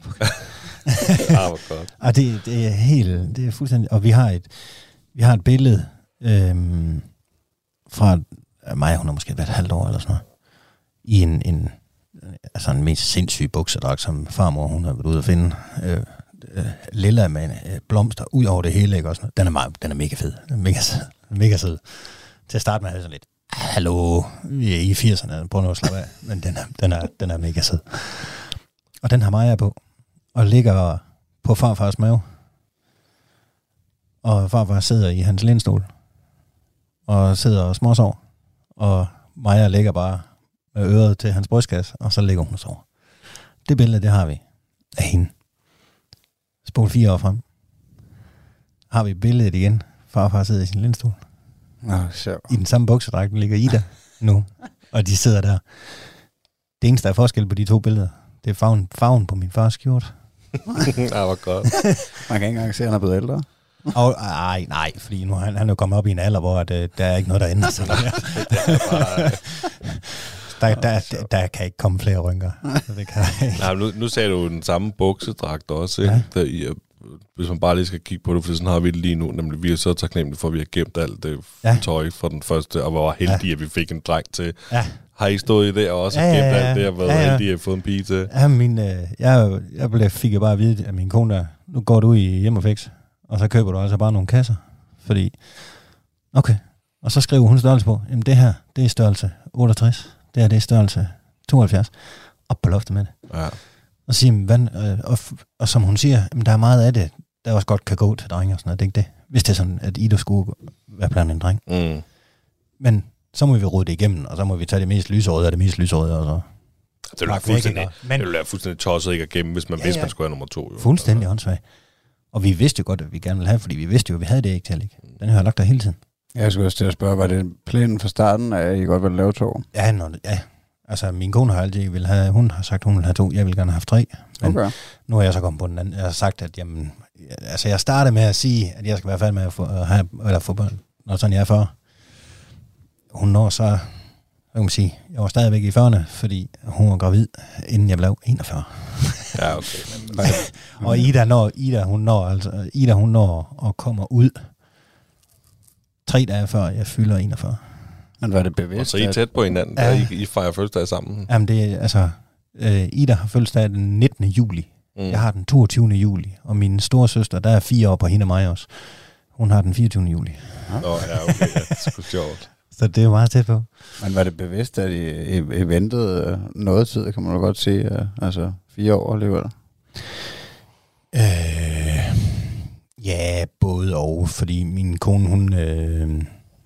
ah, hvor godt. Og det, det er helt, det er fuldstændig, og vi har et, vi har et billede øhm, fra mig, hun har måske været et halvt år eller sådan noget, i en, en altså en mest sindssyg buksedragt, som farmor, hun har været ude at finde, øh, øh, lilla med øh, blomster ud over det hele, ikke? Og sådan noget. Den er meget, den er mega fed, den er mega, mega sød. Til at starte med, havde sådan lidt, hallo, vi er i firserne, prøv nu at slappe af, men den er, den er, den er mega sød. Og den har Maja på, og ligger på farfars mave. Og farfar sidder i hans lænestol, og sidder og småsover. Og Maja ligger bare med øret til hans brystkasse, og så ligger hun og sover. Det billede, det har vi af hende. Spol fire år frem. Har vi billedet igen farfar sidder i sin lænestol. Nå, sjov. I den samme buksedragt ligger Ida nu, og de sidder der. Det eneste, der er forskel på de to billeder, det er farven, farven på min fars skjort. Ja, hvor godt. Man kan ikke engang se, at han er blevet ældre. Og, ej, nej, fordi nu han, han er jo kommet op i en alder, hvor det, der er ikke noget, der ændrer sig. der, der, der, der kan ikke komme flere rynker. Så det kan ikke. Nej, nu, nu sagde du den samme buksedragt også, ikke? Ja. Der i, hvis man bare lige skal kigge på det, for sådan har vi det lige nu, nemlig vi er så taknemmelige for, at vi har gemt alt det ja. tøj fra den første, og var heldige, ja. at vi fik en dreng til. Ja. Har I stået i det og også ja, ja, ja. gemt alt det, og været ja, ja. heldige at få en pige til? Ja, min, øh, jeg, jeg blev, fik jo bare at vide af min kone der, nu går du i hjem og fix, og så køber du altså bare nogle kasser, fordi, okay, og så skriver hun størrelse på, jamen det her, det er størrelse otteogtres, det her, det er størrelse tooghalvfjerds, op på loftet med det. Ja. Og siger, hvad, øh, og, og som hun siger, jamen, der er meget af det, der også godt kan gå til drenge og sådan noget, det er ikke det. Hvis det er sådan, at Ida skulle være blandt en dreng. Mm. Men så må vi rode det igennem, og så må vi tage det mest lyserøde af det mest lyserøde, og så... Det ville være fuldstændig, men, det ville være fuldstændig tosset ikke at gemme, hvis man ja, vidste, ja. man skulle have nummer to. Jo. Fuldstændig åndssvagt. Og vi vidste jo godt, at vi gerne ville have, fordi vi vidste jo, at vi havde det ikke til at ligge. Den har jeg lagt der hele tiden. Jeg skulle også til at spørge, var det planen fra starten, at I godt ville lave to? Ja, når, ja. Altså, min kone har altid vil have, hun har sagt, hun vil have to. Jeg vil gerne have haft tre. Men okay. Nu er jeg så kommet på den anden. Jeg har sagt, at jamen, altså, jeg startede med at sige, at jeg skal være færdig med at få, at have, eller få børn, når sådan jeg er fyrre. Hun når så, hvad kan man sige, jeg var stadigvæk i fyrrerne, fordi hun var gravid, inden jeg blev enogfyrre. Ja, okay. Og Ida når, Ida, hun når, altså, Ida, hun når og kommer ud tre dage før jeg fylder enogfyrre. Men var det bevidst? Og så I er tæt på hinanden, ja. I, I fejrer fødselsdag sammen? Jamen det er, altså, øh, Ida har fødselsdag den nittende juli. Mm. Jeg har den toogtyvende juli. Og min store søster, der er fire år på hende og mig også. Hun har den fireogtyvende juli. Åh ja. Oh, ja, okay. Ja, det er sgu sjovt. Så det er jo meget tæt på. Men var det bevidst, at I, I, I ventede noget tid, kan man jo godt sige, uh, altså fire år alligevel? Øh, ja, både og, fordi min kone, hun øh,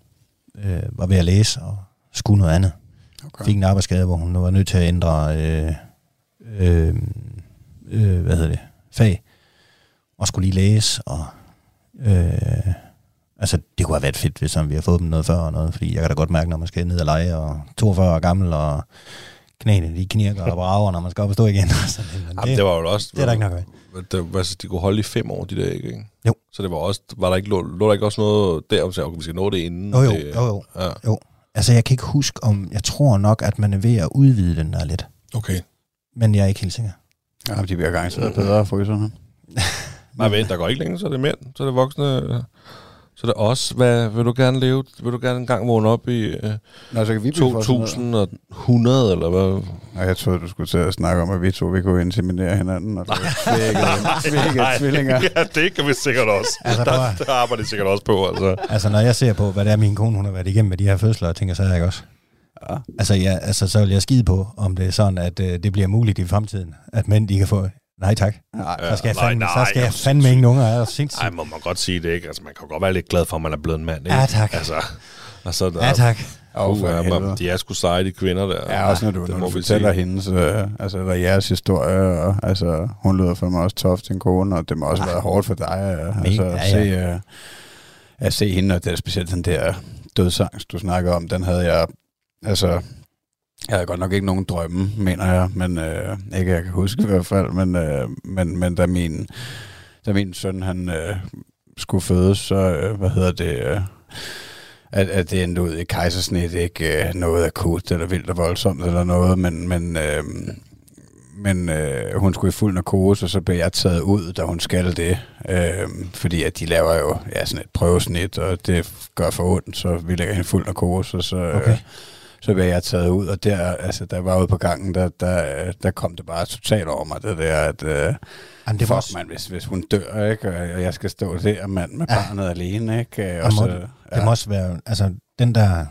øh, var ved at læse og skulle noget andet. Okay. Fik en arbejdsskade, hvor hun var nødt til at ændre øh, øh, øh, hvad hedder det, fag, og skulle lige læse, og øh, altså, det kunne have været fedt, hvis vi havde fået dem noget før og noget, fordi jeg kan da godt mærke, når man skal ned og lege, og toogfyrre år gammel, og knæene, de knirker og brager, når man skal op og stå igen. Altså, men Jamen, det, det var jo også... Det er der ikke nok af. Det, altså, de kunne holde i fem år, de der, ikke? Jo. Så det var også... Var der ikke, lå, lå der ikke også noget der, om okay, vi skal nå det inden? Jo, jo, det, jo, jo. Ja. jo. Altså, jeg kan ikke huske om... Jeg tror nok, at man er ved at udvide den der lidt. Okay. Men jeg er ikke helt sikker. Ja, de bliver garanteret bedre, fryserne. Nej, vent, der går ikke længe, så er det mænd, så er det voksne... Så det er også, hvad vil du gerne leve? Vil du gerne engang vågne op i øh, Nå, så kan vi to tusind og hundrede, eller hvad? Nej, jeg troede, du skulle til at snakke om, at vi to vi kunne intimidere hinanden og svække tvillinger. Ja, det kan vi sikkert også. Altså, der, der arbejder de sikkert også på. Altså. altså, når jeg ser på, hvad det er, min kone hun har været igennem med de her fødsler, og tænker, så er jeg ikke også. Ja. Altså, ja, altså, så vil jeg skide på, om det er sådan, at øh, det bliver muligt i fremtiden, at mænd de kan få... Nej tak. Nej, så skal jeg fandme, nej, nej, så skal jeg fandme ingen unger. Er sindssygt. Nej, må man godt sige det, ikke? Altså, man kan godt være lidt glad for, at man er blevet en mand, ikke? Ja, tak. Altså, og så, ja, tak. Uh, ja, man, de er sgu seje, de kvinder der. Ja, også når du, når du fortæller hendes, øh, altså, eller jeres historie, og, altså, hun lyder for mig også tof til en kone, og det må også have været hårdt for dig, øh, altså, ja, ja. Se, øh, at se hende, og det er specielt den der dødsangst, du snakker om, den havde jeg, altså... Jeg havde godt nok ikke nogen drømme, mener jeg, men øh, ikke jeg kan huske i hvert fald, men, øh, men, men da, min, da min søn han øh, skulle fødes, så øh, hvad hedder det, øh, at, at det endte ud i kejsersnit, ikke øh, noget akut eller vildt og voldsomt eller noget, men, men, øh, men øh, hun skulle i fuld narkose, og så blev jeg taget ud, da hun skal det, øh, fordi at de laver jo ja, sådan et prøvesnit, og det gør for ondt, så vi lægger hende fuld narkose, så... Øh, okay. Så blev jeg taget ud, og der, altså, der var ude på gangen, der, der, der kom det bare totalt over mig, det der, at øh, Jamen, det fuck, også... man, hvis, hvis hun dør, ikke, og jeg skal stå der, mand, med ja. barnet alene, ikke, og og så, må, ja. det må også være, altså, den der,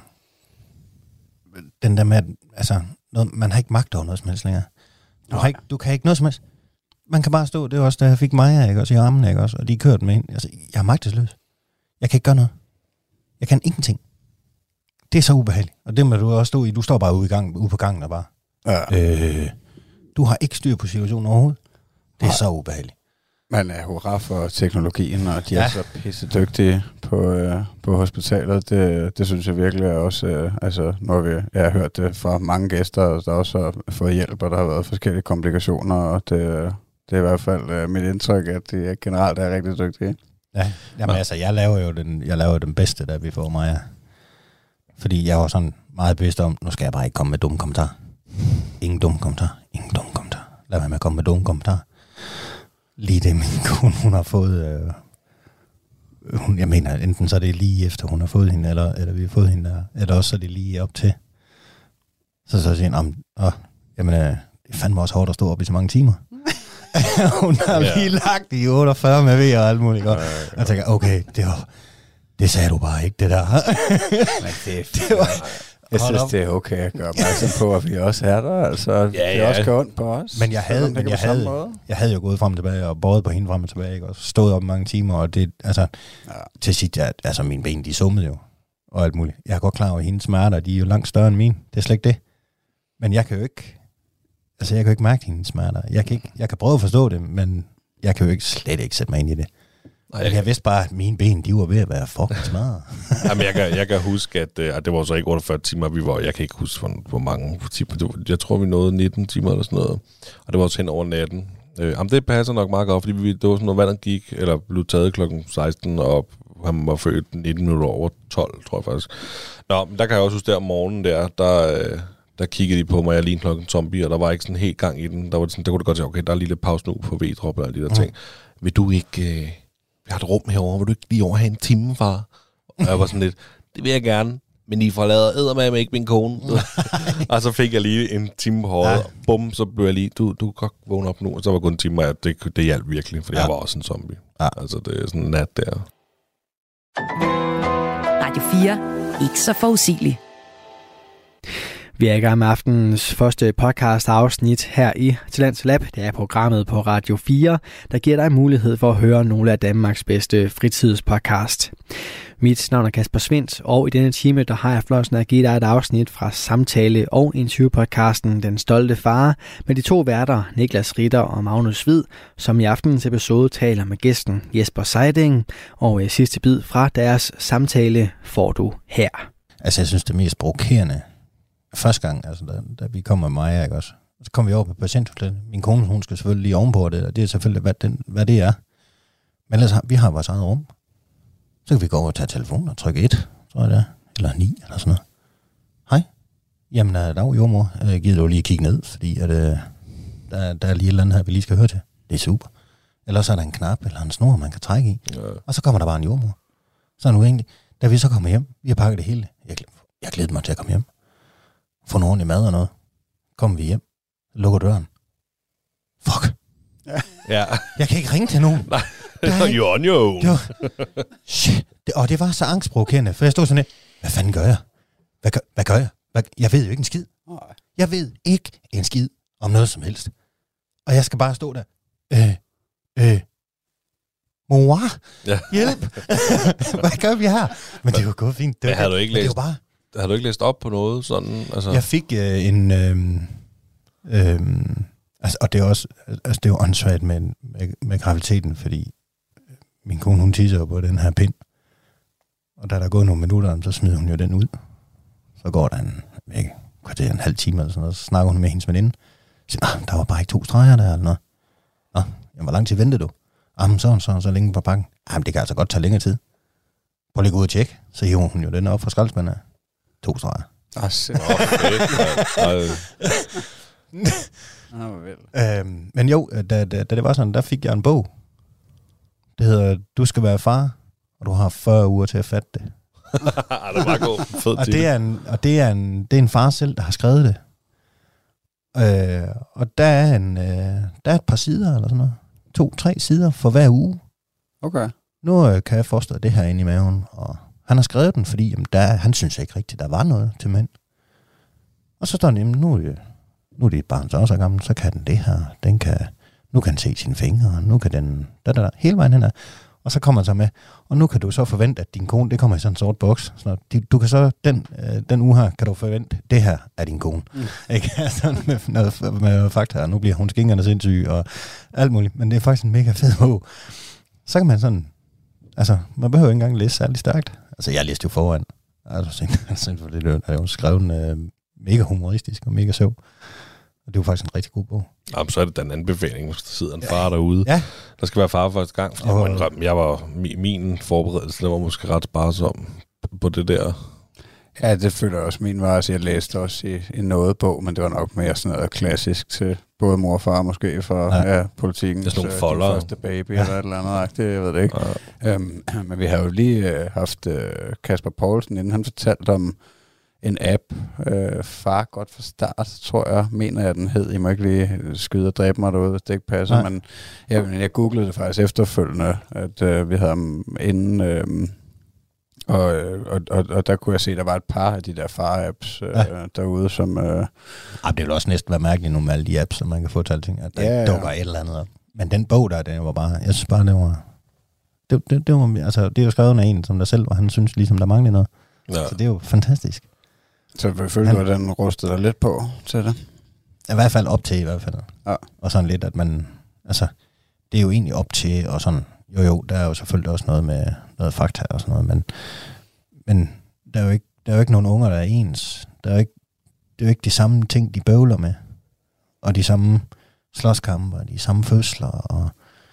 den der med, altså, noget, man har ikke magt over noget som helst længere. Du, har ikke, du kan ikke noget som helst. Man kan bare stå, det var også, da jeg fik Maja, ikke, også i armen, ikke, også, og de kørte med hende. Altså, jeg er magtesløs. Jeg kan ikke gøre noget. Jeg kan ingenting. Det er så ubehageligt. Og det må du også stå i. Du står bare ude, i gang, ude på gangen og bare... Ja. Øh, du har ikke styr på situationen overhovedet. Det er Nej. så ubehageligt. Man er hurra for teknologien, og de ja. er så pisse dygtige på, øh, på hospitalet. Det, det synes jeg virkelig er også, øh, altså når vi, jeg har hørt det fra mange gæster, der også har fået hjælp, og der har været forskellige komplikationer, og det, det er i hvert fald øh, mit indtryk, at de generelt er rigtig dygtige. Ja, jamen altså, jeg laver jo den, jeg laver den bedste, der vi får mig. Fordi jeg var sådan meget bevidst om, nu skal jeg bare ikke komme med dumme kommentarer. Ingen dumme kommentarer, ingen dumme kommentarer. Lad være med at komme med dumme kommentarer. Lige det, min kone, hun har fået... Øh, hun, jeg mener, enten så er det lige efter, hun har fået hende, eller, eller vi har fået hende, der, eller også så er det lige op til. Så så siger hun, åh, jamen, øh, det er fandme også hårdt at stå op i så mange timer. Hun har ja. lige lagt i otteogfyrre med ved og alt muligt. Og jeg tænker, okay, det var... Det sagde du bare ikke, det der. Men det er det var, jeg synes, det er okay at gøre opmærksom på, at vi også er der. Altså, ja, det er ja. også ondt på os. Men jeg havde, men jeg, havde, jeg havde jo gået frem og tilbage, og båret på hende frem og tilbage, ikke? Og stået op mange timer, og det, altså, ja. til sidst, jeg, altså mine ben, de summede jo, og alt muligt. Jeg er godt klar over, at hendes smerter, de er jo langt større end mine. Det er slet ikke det. Men jeg kan jo ikke, altså jeg kan jo ikke mærke hendes smerter. Jeg kan, ikke, jeg kan prøve at forstå det, men jeg kan jo ikke, slet ikke sætte mig ind i det. Jeg, jeg vidste bare, at mine ben, de var ved at være fucking smadret. Jamen, jeg kan, jeg kan huske, at, at det var så ikke otteogfyrre timer, vi var. Jeg kan ikke huske, hvor, hvor mange timer. Jeg tror, vi nåede nitten timer eller sådan noget. Og det var også hen over natten. Øh, jamen, det passer nok meget godt, fordi vi, det var sådan noget, vandet gik, eller blev taget klokken seksten, og han var født nitten minutter over tolv, tror jeg faktisk. Nå, men der kan jeg også huske, der om morgenen der, der, der kiggede de på mig, jeg lignede klokken zombie, og der var ikke sådan helt gang i den. Der, var sådan, der kunne det godt sige, okay, der er lige lidt pause nu på V-drop og alle de der ting. Mm. Vil du ikke... Øh, vi har et rum herovre, vil du ikke lige over have en time, far? Og jeg var sådan lidt, det vil jeg gerne, men I forlader eddermame ikke min kone. Og så fik jeg lige en time på håret, og bum, så blev jeg lige, du, du kan godt vågne op nu. Og så var kun en time, og det, det hjalp virkelig, for ja. jeg var også en zombie. Ja. Altså, det er sådan en nat der. Radio fire. Ikke så forudsigeligt. Vi er i gang med aftenens første podcast-afsnit her i Talents Lab. Det er programmet på Radio fire, der giver dig mulighed for at høre nogle af Danmarks bedste fritidspodcast. Mit navn er Kasper Svindt, og i denne time der har jeg fornøjelsen at give dig et afsnit fra samtale- og interviewpodcasten Den Stolte Far med de to værter, Niklas Ritter og Magnus Hvid, som i aftenens episode taler med gæsten Jesper Seiding, og i sidste bid fra deres samtale får du her. Altså jeg synes det mest provokerende første gang, altså da, da vi kom med mig, ikke også? Så kom vi over på patienthotellet. Min kone, hun skal selvfølgelig lige ovenpå det, og det er selvfølgelig, hvad, den, hvad det er. Men ellers, vi har vores eget rum. Så kan vi gå over og tage telefonen og trykke et, tror jeg det er. Eller ni, eller sådan noget. Hej. Jamen, dag jordmor. Jeg gider du lige kigge ned, fordi at, øh, der, der er lige et eller andet her, vi lige skal høre til. Det er super. Ellers er der en knap eller en snor, man kan trække i. Ja. Og så kommer der bare en jordmor. Så er nu egentlig, da vi så kommer hjem, vi har pakket det hele. Jeg, jeg glæder mig til at komme hjem. Få noget ordentligt mad og noget. Kommer vi hjem. Lukker døren. Fuck. Ja. Jeg kan ikke ringe til nogen. Nej, you're on your own. Det var, shit. Det, og det var så angstprovokerende, for jeg stod sådan lidt, hvad fanden gør jeg? Hvad gør, hvad gør jeg? Hvad, jeg ved jo ikke en skid. Jeg ved ikke en skid om noget som helst. Og jeg skal bare stå der. Øh, øh, mor, ja. Hjælp. Hvad gør vi her? Men det var gået fint. Det var, havde du ikke læst? Det var bare... Har du ikke læst op på noget sådan? Altså? Jeg fik øh, en... Øh, øh, altså, og det er også... Altså, det er jo åndssvagt med, med, med graviditeten, fordi min kone, hun tisser på den her pind. Og da der er gået nogle minutter, så smider hun jo den ud. Så går der en, ikke, kvarter, en halv time eller sådan noget, så snakker hun med hendes veninde. Så siger, der var bare ikke to streger der, eller noget. Nå, jamen, hvor lang tid ventede du? Jamen, så så, så længe på pakken. Jamen, det kan altså godt tage længere tid. Prøv lige gå ud og tjekke. Så hiver hun jo den op fra skraldespanden. To streger. Ah, shit. øhm, men jo, da, da, da det var sådan, der fik jeg en bog. Det hedder, du skal være far, og du har fyrre uger til at fatte det. Det er bare god. Fed og det er en, og det er en, det er en far selv, der har skrevet det. Øh, og der er en, øh, der er et par sider eller sådan noget. To, tre sider for hver uge. Okay. Nu øh, kan jeg forestille det her inde i maven, og han har skrevet den, fordi jamen, der, han synes ikke rigtigt, der var noget til mænd. Og så står den, jamen, nu, nu er det et barn, så også er gammel, så kan den det her. Den kan, nu kan den se sine fingre, nu kan den... Da, da, da, hele vejen hen her. Og så kommer han så med, og nu kan du så forvente, at din kone, det kommer i sådan en sort boks. Så du kan så, den, øh, den uge her, kan du forvente, det her er din kone. Mm. Ikke? Altså med noget med fakta, nu bliver hun skingerne sindssyg, og alt muligt. Men det er faktisk en mega fed bog. Så kan man sådan, altså, man behøver ikke engang læse særlig stærkt. Altså, jeg læste jo foran. Altså, det er jo skrevet øh, mega humoristisk og mega sjov. Og det er jo faktisk en rigtig god bog. Jamen, så er det den anbefaling, hvis der sidder en far derude. Ja. Der skal være far første gang. Fordi og, jeg, jeg var, min forberedelse, der var måske ret sparsom på det der. Ja, det føler jeg også min var. Altså, jeg læste også i en noget bog, men det var nok mere sådan noget klassisk til både mor og far, måske for ja. Ja, politikken. Det er sådan nogle folder. De første baby ja. Eller et eller andet. Det, jeg ved det ikke. Ja. Øhm, men vi har jo lige øh, haft øh, Kasper Poulsen, inden han fortalte om en app, øh, Far godt fra start, tror jeg, mener jeg, den hed. I må ikke lige skyde og dræbe mig derude, hvis det ikke passer. Nej. Men jeg, jeg googlede det faktisk efterfølgende, at øh, vi havde ham inden, øh, og, og, og, og der kunne jeg se, at der var et par af de der far-apps øh, ja. derude, som... Øh, ah, det vil også næsten være mærkeligt nu med alle de apps, som man kan få til alting, at der ja, dukker ja. et eller andet op. Men den bog der, den var bare, jeg synes bare, det var... Det, det, det, var altså, det er jo skrevet af en som der selv, og han synes ligesom, der manglede noget. Ja. Så det er jo fantastisk. Så jeg følte, at den rustede dig lidt på til det? I hvert fald op til, i hvert fald. Ja. Og sådan lidt, at man... Altså, det er jo egentlig op til, og sådan... Jo, jo, der er jo selvfølgelig også noget med noget fakta og sådan noget, men... Men der er jo ikke, der er jo ikke nogen unger, der er ens. Der er jo ikke, det er jo ikke de samme ting, de bøvler med. Og de samme slåskampe, og de samme fødsler, og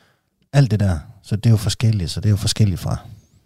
alt det der. Så det er jo forskelligt, så det er jo forskelligt fra...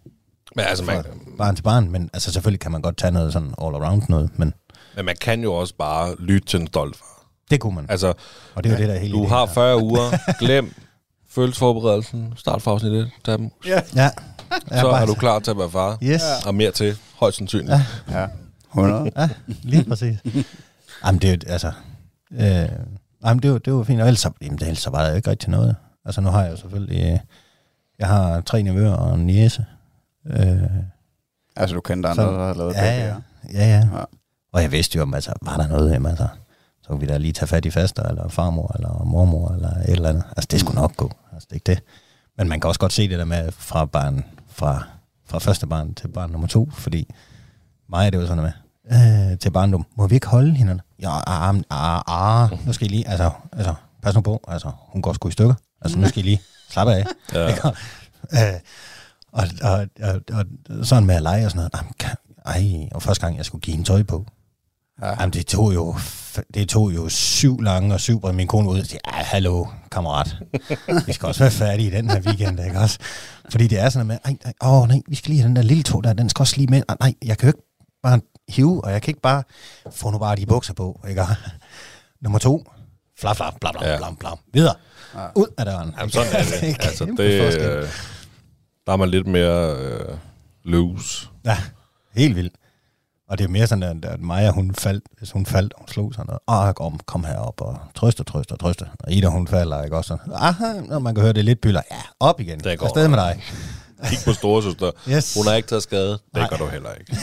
Men altså, man, barn til barn, men altså selvfølgelig kan man godt tage noget sådan all around noget, men... Men man kan jo også bare lytte til en stolt far. Det kunne man. Altså, og det er jo det, der er hele du har fyrre uger, glem følelsesforberedelsen, start fra afsnit et, tag dem. Ja. Ja. Så er du klar til at være far. Yes. Og mere til, højst sandsynligt. Ja, ja. hundrede. Ja, lige præcis. Jamen det er jo, altså... Øh, jamen det var, det var fint, og ellers, jamen, det, ellers var der jo ikke rigtig noget. Altså nu har jeg jo selvfølgelig... Øh, jeg har tre nevøer og en niece. Øh, altså du kendte andre, der har lavet ja, det? Ja. Ja, ja, ja. Og jeg vidste jo, om, altså, var der noget hjemme, altså, så kunne vi da lige tage fat i faster, eller farmor, eller mormor, eller et eller andet. Altså det skulle nok gå, altså det er ikke det. Men man kan også godt se det der med, fra barn, fra, fra første barn til barn nummer to, fordi mig er det jo sådan med, øh, til barndom, må vi ikke holde hende? Ja, ah, ah, ah, nu skal I lige, altså, altså, pas nu på, altså, hun går sgu i stykker, altså nu skal I lige slappe af. Ja. øh, Og, og, og, og sådan med at lege og sådan noget. Ej, og første gang, jeg skulle give hende tøj på. Ja. Jamen, det tog jo det tog jo syv lange og syv, og min kone var ude og sige, ja, hallo, kammerat. Vi skal også være færdige i den her weekend, ikke også? Fordi det er sådan med, ej, ej, åh nej, vi skal lige have den der lille tog der, den skal også lige med. Nej, jeg kan jo ikke bare hive, og jeg kan ikke bare få nu bare de bukser på, ikke? Nummer to, flap, flap, bla, bla, bla, bla, videre. Ja. Ud af døren. Jamen, sådan er det. Altså, det øh, der er man lidt mere øh, loose. Ja, helt vildt. Og det er mere sådan, at, at Maja, hun faldt, hvis hun faldt, hun slog sådan noget. Åh, kom, kom herop og trøste, trøste, trøste. Og Ida, hun falder, ikke også sådan. Aha, når man kan høre det lidt byller. Ja, op igen. Det går. Afsted med dig. Kig på storesøster. Yes. Hun har ikke taget skade. Det Nej. Gør du heller ikke.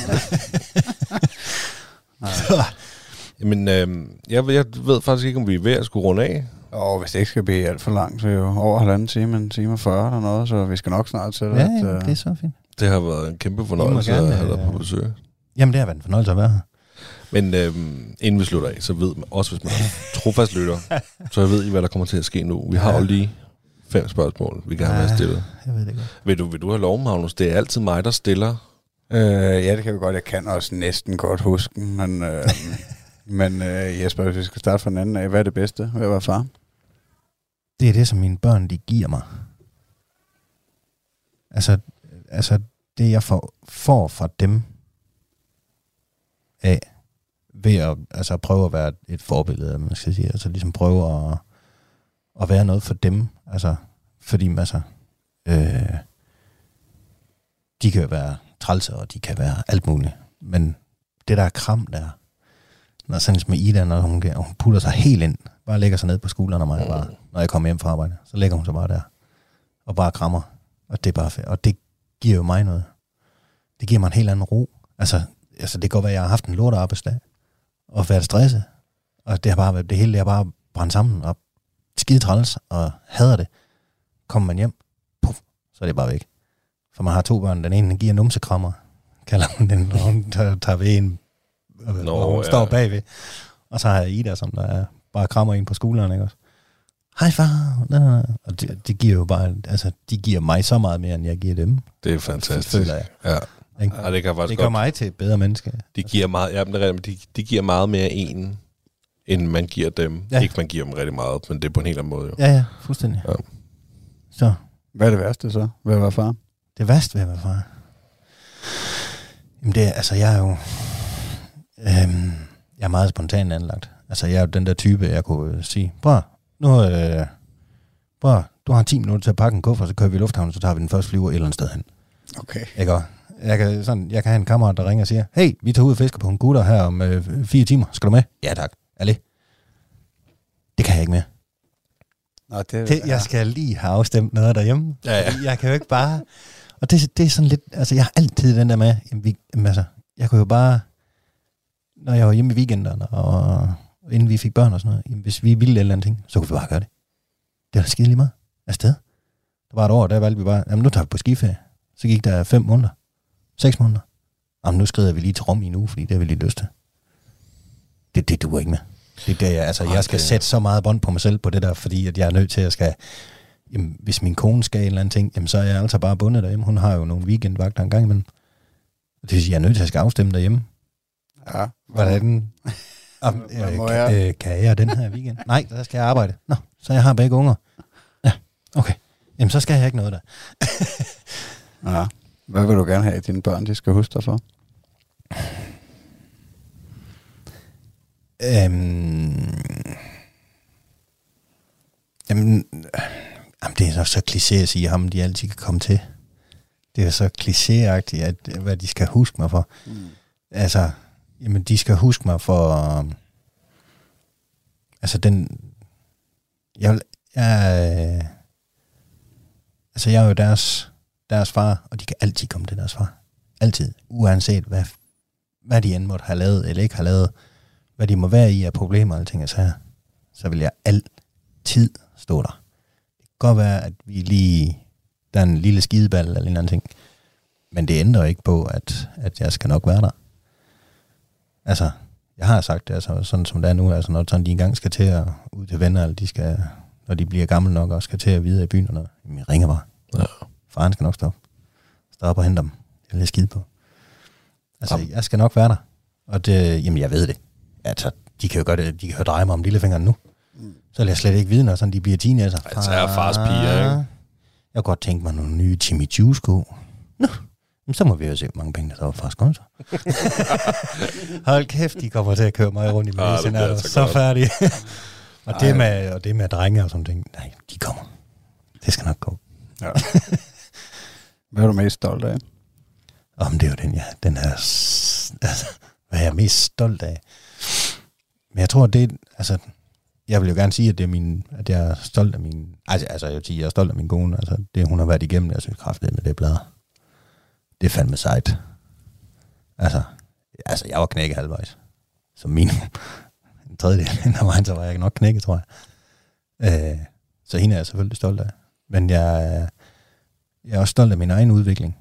Men øh, jeg, jeg ved faktisk ikke, om vi er ved at skulle runde af. Og hvis det ikke skal blive alt for langt, så er jo over halvanden time, en time og fyrre eller noget, så vi skal nok snart til. Ja, at, ja, det er så fint. Det har været en kæmpe fornøjelse at have dig på besøg. Jamen, det har været en fornøjelse at være her. Men øh, inden vi slutter af, så ved man, også hvis man er trofast lytter, så jeg ved I, hvad der kommer til at ske nu. Vi har jo lige fem spørgsmål, vi kan ja, have stillet. Jeg ved det godt. Vil du, vil du have lov, Magnus? Det er altid mig, der stiller. Øh, ja, det kan vi godt. Jeg kan også næsten godt huske men, øh, men øh, Jesper, hvis vi skal starte fra den anden af, hvad er det bedste ved at være far? Det er det, som mine børn, de giver mig. Altså, altså det, jeg får, får fra dem af, ved at altså, prøve at være et forbillede, man skal sige. Altså ligesom prøve at, at være noget for dem. Altså, fordi altså, øh, de kan jo være trælser, og de kan være alt muligt. Men det der kram der, når sådan med Ida, når hun, hun putter sig helt ind, bare lægger sig ned på skulderen af mig, bare, når jeg kommer hjem fra arbejde, så lægger hun sig bare der, og bare krammer. Og det er bare fedt. Og det giver jo mig noget. Det giver mig en helt anden ro. Altså, altså det kan godt være, at jeg har haft en lortearbejdsdag, og været stresset, og det har bare været, det hele det har bare brændt sammen, og skide træls, og hader det. Kommer man hjem, puff, så er det bare væk. For man har to børn. Den ene den giver numsekrammer, kalder hun den, når hun tager, tager ved en, Nå, og hun ja. står bagved. Og så har jeg Ida, som der er, bare krammer en på skulderen, ikke også? Hej far! Og det, det giver jo bare, altså, de giver mig så meget mere, end jeg giver dem. Det er fantastisk. Føler jeg. Ja. Ja, det kan faktisk det gør godt. Mig til et bedre menneske. De giver meget, ja, de, de giver meget mere en, end man giver dem. Ja. Ikke man giver dem rigtig meget, men det er på en helt anden måde. Jo. Ja, ja, fuldstændig. Ja. Så. Hvad er det værste så ved at være far? Det værste ved at være far? Jamen det er, altså jeg er jo, øhm, jeg er meget spontant anlagt. Altså jeg er jo den der type, jeg kunne sige, prøv, nu, øh, prøv, du har ti minutter til at pakke en kuffert, så kører vi i lufthavnen, så tager vi den første flyver et eller andet sted hen. Okay. Ikke også? Jeg kan, sådan, jeg kan have en kammerat, der ringer og siger, hey, vi tager ud og fisker på en gutter her om øh, fire timer. Skal du med? Ja tak. Alle. Det kan jeg ikke mere. Nå, det, det, jeg skal lige have afstemt noget derhjemme. Ja, ja. Jeg kan jo ikke bare... Og det, det er sådan lidt... Altså, jeg har altid den der med... Jamen, vi, jamen, altså, jeg kunne jo bare... Når jeg var hjemme i weekenderne, og inden vi fik børn og sådan noget, jamen, hvis vi ville et eller andet ting, så kunne vi bare gøre det. Det var da skide lige meget. Afsted. Der var et år, der valgte vi bare... Jamen, nu tager vi på skiferie. Så gik der fem måneder. Seks måneder. Jamen, nu skrider vi lige til Rom i en uge, fordi det har vi lige lyst til. Det, det duer ikke med. Det er det, jeg, altså, jeg skal okay. sætte så meget bånd på mig selv på det der, fordi at jeg er nødt til, at jeg skal... Jamen, hvis min kone skal en eller anden ting, jamen, så er jeg altså bare bundet derhjemme. Hun har jo nogle weekendvagter en gang imellem. Det vil sige, at jeg er nødt til, at jeg skal afstemme derhjemme. Ja. Hvordan? Om, øh, kan, øh, kan jeg den her weekend? Nej, der skal jeg arbejde. Nå, så jeg har begge unger. Ja, okay. Jamen, så skal jeg ikke noget der. Ja. Hvad vil du gerne have, at dine børn de skal huske dig for? Øhm, jamen, jamen, det er så, så kliché at sige, ham de altid kan komme til. Det er så klichéagtigt, at hvad de skal huske mig for. Mm. Altså, jamen, de skal huske mig for... Um, altså, den... Jeg, jeg, altså, jeg er jo deres, deres far, og de kan altid komme til deres far. Altid. Uanset hvad, hvad de end måtte have lavet, eller ikke have lavet, hvad de må være i af problemer og ting, så, så vil jeg altid stå der. Det kan godt være, at vi lige... Der er en lille skideball eller en eller anden ting. Men det ændrer ikke på, at, at jeg skal nok være der. Altså, jeg har sagt det, altså, sådan som det er nu, altså, når sådan, de engang skal til at ud til venner, eller de skal, når de bliver gamle nok, og skal til at videre i byen og noget, jamen, jeg ringer bare. Ja. Faren skal nok stoppe. Stå op og hente dem. Jeg vil lidt skide på. Altså, jamen. Jeg skal nok være der. Og det, jamen, jeg ved det. Altså, de kan jo gøre det, de kan jo dreje mig om lillefingeren nu. Mm. Så vil jeg slet ikke vide, når sådan, de bliver teenager. Altså, jeg er fars piger, ikke? Jeg kunne godt tænke mig nogle nye Jimmy Choo-sko. Nå, så må vi jo se, hvor mange penge der er fra konto. Hold kæft, de kommer til at køre mig rundt i Malaysia, ja, så, så færdige. og, det med, og det med drenge og sådan ting, nej, de kommer. Det skal nok gå. Ja. Hvad er du mest stolt af? Om det er jo den, ja, den her, altså, hvad er jeg mest stolt af? Men jeg tror, det er, altså, jeg vil jo gerne sige, at det er min, at jeg er stolt af min, altså, altså jeg vil sige, jeg er stolt af min kone, altså det hun har været igennem, jeg synes kraftigt med det blad. Det er fandme sejt. Altså, altså jeg var knækket halvvejs. Som min en tredjedel af vejen, så var jeg nok knækket, tror jeg. Øh, så hende er jeg selvfølgelig stolt af. Men jeg, jeg er også stolt af min egen udvikling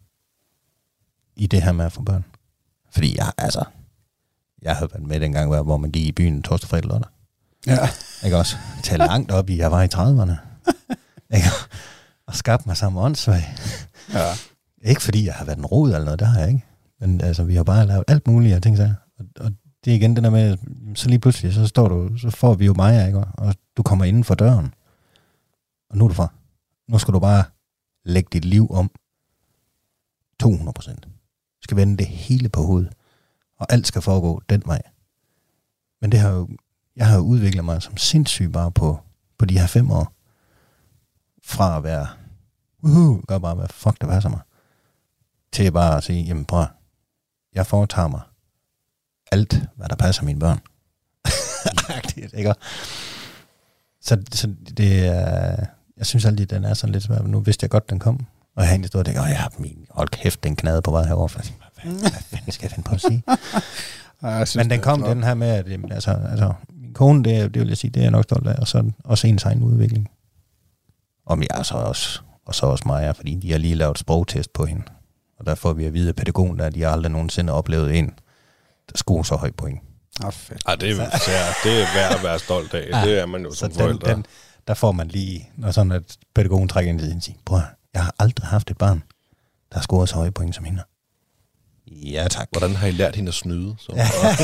i det her med at få børn. Fordi jeg, altså, jeg havde været med dengang, hvor man gik i byen torsdag, fredag, lørdag. Ja. Ikke også? Til langt op i, jeg var i trediverne. Ikke? Og skabte mig sammen åndssvag. Ja. Ikke fordi jeg har været en rod eller noget, det har jeg ikke. Men altså, vi har bare lavet alt muligt, jeg tænker så. Og, og det er igen det der med, så lige pludselig, så står du, så får vi jo mig, ikke? Og du kommer inden for døren. Og nu er du for. Nu skal du bare lægge dit liv om to hundrede procent. Du skal vende det hele på hovedet. Og alt skal foregå den vej. Men det har jo, jeg har jo udviklet mig som sindssyg bare på, på de her fem år. Fra at være, uhuh, gør bare, hvad fuck det passer mig. Til bare at sige, jamen prøv, jeg foretager mig alt, hvad der passer mine børn. Ikke? Så, så det er, jeg synes altid, den er sådan lidt svært. Nu vidste jeg godt, den kom. Og jeg har egentlig stået og tænkt, åh, jeg har min, hold kæft, den knade på vej herovre. For jeg tænkte, hvad, hvad fanden skal jeg finde på at sige? Ja, synes, men den kom, den her med, at jamen, altså, altså, min kone, det, det vil jeg sige, det er jeg nok stolt af. Og så også ens egen udvikling. Om jeg så også og så også Maja, fordi de har lige lavet sprogtest på hende. Og der får vi at vide af pædagogen, der de har aldrig nogensinde oplevet en, der scorer så højt point. Oh, fedt. Ej, det, er, det er værd at være stolt af. Ja, det er man jo som den, forældre. Den, der får man lige, når sådan at pædagogen trækker ind til hende og siger, bror, jeg har aldrig haft et barn, der har scoret så høje point som hende. Ja, tak. Hvordan har I lært hende at snyde? Så?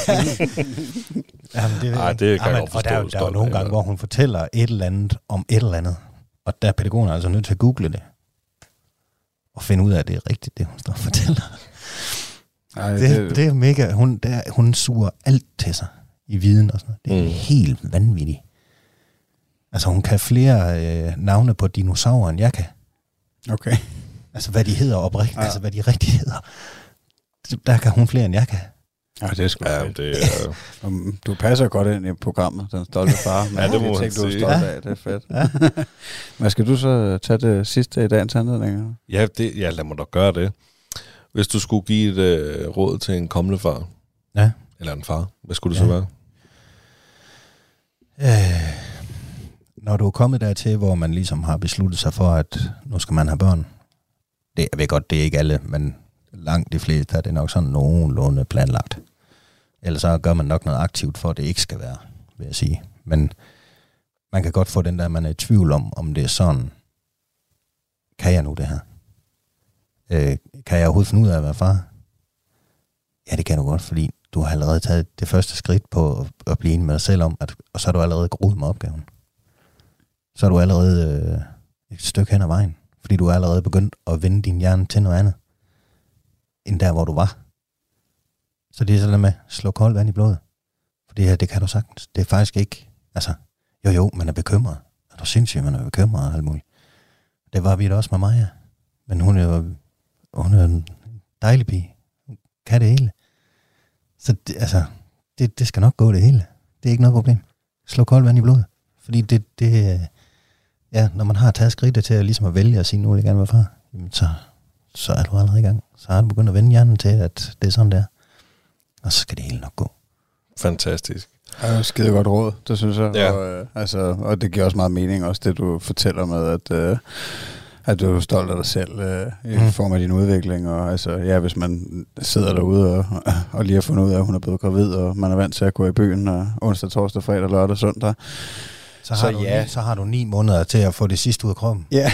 Jamen, det, Ej, det kan jamen, jeg godt forstå. Og der, der er jo nogle gange, hvor hun fortæller et eller andet om et eller andet, og der er pædagogen altså nødt til at google det, og finde ud af, at det er rigtigt, det hun står og fortæller. Ej, det, det, det er mega, hun, der, hun suger alt til sig i viden og sådan noget. Det er mm. helt vanvittigt. Altså, hun kan flere øh, navne på dinosaurer, end jeg kan. Okay. Altså, hvad de hedder oprigtigt, ja. Altså, hvad de rigtig hedder. Der kan hun flere, end jeg kan. Ja, det er sgu ja, fedt. Det er... Du passer godt ind i programmet, Den Stolte Far. Ja, det må man ting, du er sige. stolt af, det er fedt. Ja. Men skal du så tage det sidste i dagens anledning? Ja, det, ja, lad mig da gøre det. Hvis du skulle give et øh, råd til en kommende far, ja. Eller en far, hvad skulle det ja. så være? Øh, når du er kommet dertil, hvor man ligesom har besluttet sig for, at nu skal man have børn. Det, jeg ved godt, det er ikke alle, men langt de fleste er det nok sådan nogenlunde planlagt. Ellers så gør man nok noget aktivt for, at det ikke skal være, vil jeg sige. Men man kan godt få den der, man er i tvivl om, om det er sådan, kan jeg nu det her? Øh, kan jeg overhovedet finde ud af at være far? Ja, det kan du godt, fordi du har allerede taget det første skridt på at, at blive enig med dig selv om, at, og så har du allerede groet med opgaven. Så er du allerede øh, et stykke hen ad vejen, fordi du er allerede begyndt at vende din hjerne til noget andet, end der, hvor du var. Så det er sådan med, slå koldt vand i blodet. For det her, det kan du sagtens. Det er faktisk ikke, altså, jo jo, man er bekymret. Er du sindssygt, man er bekymret og alt muligt. Det var vi da også med Maja. Men hun er jo, hun er en dejlig pige. Hun kan det hele. Så det, altså, det, det skal nok gå det hele. Det er ikke noget problem. Slå koldt vand i blodet. Fordi det, det, ja, når man har taget skridtet til at, ligesom at vælge at sige, nu vil jeg gerne være far, jamen så, så er du allerede i gang. Så har du begyndt at vende hjernen til, at det er sådan der. Og så skal det hele nok gå. Fantastisk. Ja, skide godt råd, det synes jeg. Ja. Og, øh, altså, og det giver også meget mening, også det du fortæller med, at, øh, at du er stolt af dig selv øh, i mm. form af din udvikling. Og altså, ja, hvis man sidder derude og, og lige har fundet ud af, at hun er blevet gravid, og man er vant til at gå i byen og onsdag, torsdag, fredag, lørdag, søndag. Så har, så, du ja. ni, så har du ni måneder til at få det sidste ud af kroppen. Ja.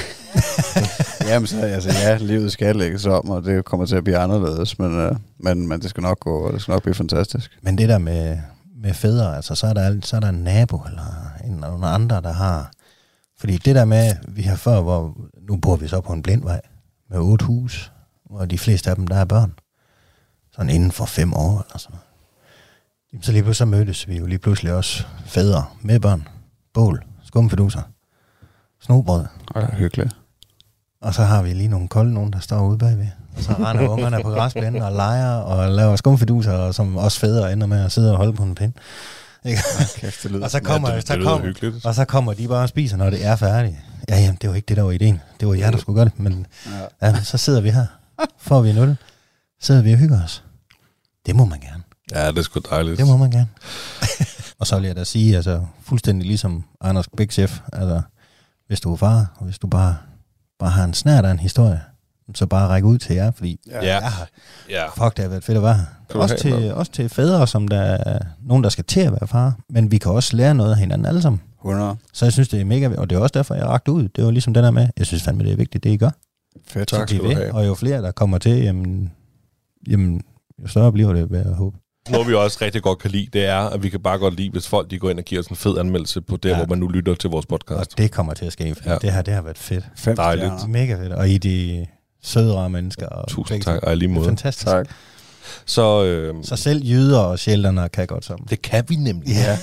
Jamen så, altså ja, livet skal lægges om, og det kommer til at blive anderledes, men, øh, men, men det skal nok gå, og det skal nok blive fantastisk. Men det der med, med fædre, altså så er, der, så er der en nabo, eller en, nogle andre, der har... Fordi det der med, vi har før, hvor nu bor vi så på en blindvej med otte hus, hvor de fleste af dem, der er børn. Sådan inden for fem år, eller sådan noget. Så lige pludselig så mødtes vi jo lige pludselig også fædre med børn. Bål, skumfiduser, snobrød. Ja, hyggeligt. Og så har vi lige nogle kolde nogen, der står ude bagved. Og så render ungerne på græsplænen og leger og laver skumfiduser, og som også fædre ender med at sidde og holde på en pind. Ikke? Kæft, det lyder. Og så kommer, ja, det, så det kommer, hyggeligt. og så kommer de bare og spiser, når det er færdigt. Ja, jamen, det var ikke det, der var ideen. Det var jer, der skulle gøre det. Men ja. Ja, så sidder vi her. Får vi en øl. Sidder vi og hygger os. Det må man gerne. Ja, det er sgu dejligt. Det må man gerne. Og så vil jeg da sige, altså fuldstændig ligesom Anders Bæk-chef, altså hvis du er far, og hvis du bare, bare har en snært af en historie, så bare række ud til jer, fordi ja. jeg har, ja. fuck, det har været fedt at være her. Også til, også til fædre, som der er nogen, der skal til at være far, men vi kan også lære noget af hinanden alle sammen. hundrede Så jeg synes, det er mega, og det er også derfor, jeg rakte ud. Det var ligesom den der med, jeg synes fandme, det er vigtigt, det I gør. Fedt, tak skal du have. Og jo flere, der kommer til, jamen, jamen jo større bliver det, vil jeg håbe. Noget vi også rigtig godt kan lide, det er, at vi kan bare godt lide, hvis folk de går ind og giver os en fed anmeldelse på det, ja. Hvor man nu lytter til vores podcast. Og det kommer til at ske, for ja. det her, det har været fedt. Fedt. Dejligt. Ja. Mega fedt. Og I de sødere mennesker. Og tusind tak, og i lige måde. Fantastisk. Tak. Så, øh, så selv jyder og sjælderne kan godt sammen. Det kan vi nemlig. Ja.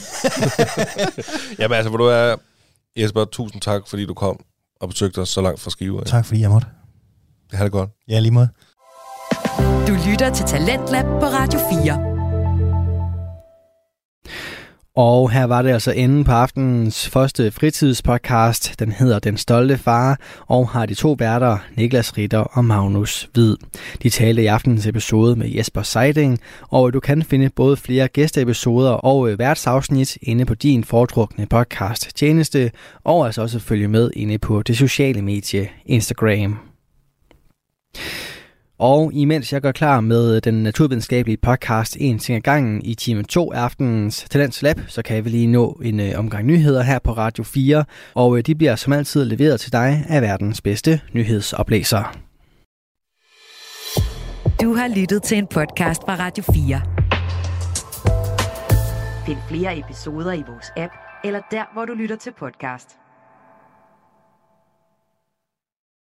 Jamen altså, hvor du er, Jesper, tusind tak, fordi du kom og besøgte os så langt fra Skive. Ja. Tak fordi jeg måtte. Ha' det godt. Ja, lige måde. Du lytter til Talentlab på Radio fire. Og her var det altså enden på aftenens første fritidspodcast. Den hedder Den Stolte Far og har de to værter, Niklas Ritter og Magnus Hvid. De talte i aftenens episode med Jesper Seiding, og du kan finde både flere gæsteepisoder og værtsafsnit inde på din foretrukne podcast tjeneste, og altså også følge med inde på det sociale medie Instagram. Og imens jeg går klar med den naturvidenskabelige podcast En ting ad gangen i time to af aftenens Talents Lab, så kan vi lige nå en øh, omgang nyheder her på Radio fire, og øh, de bliver som altid leveret til dig af verdens bedste nyhedsoplæser. Du har lyttet til en podcast fra Radio fire. Find flere episoder i vores app, eller der, hvor du lytter til podcast.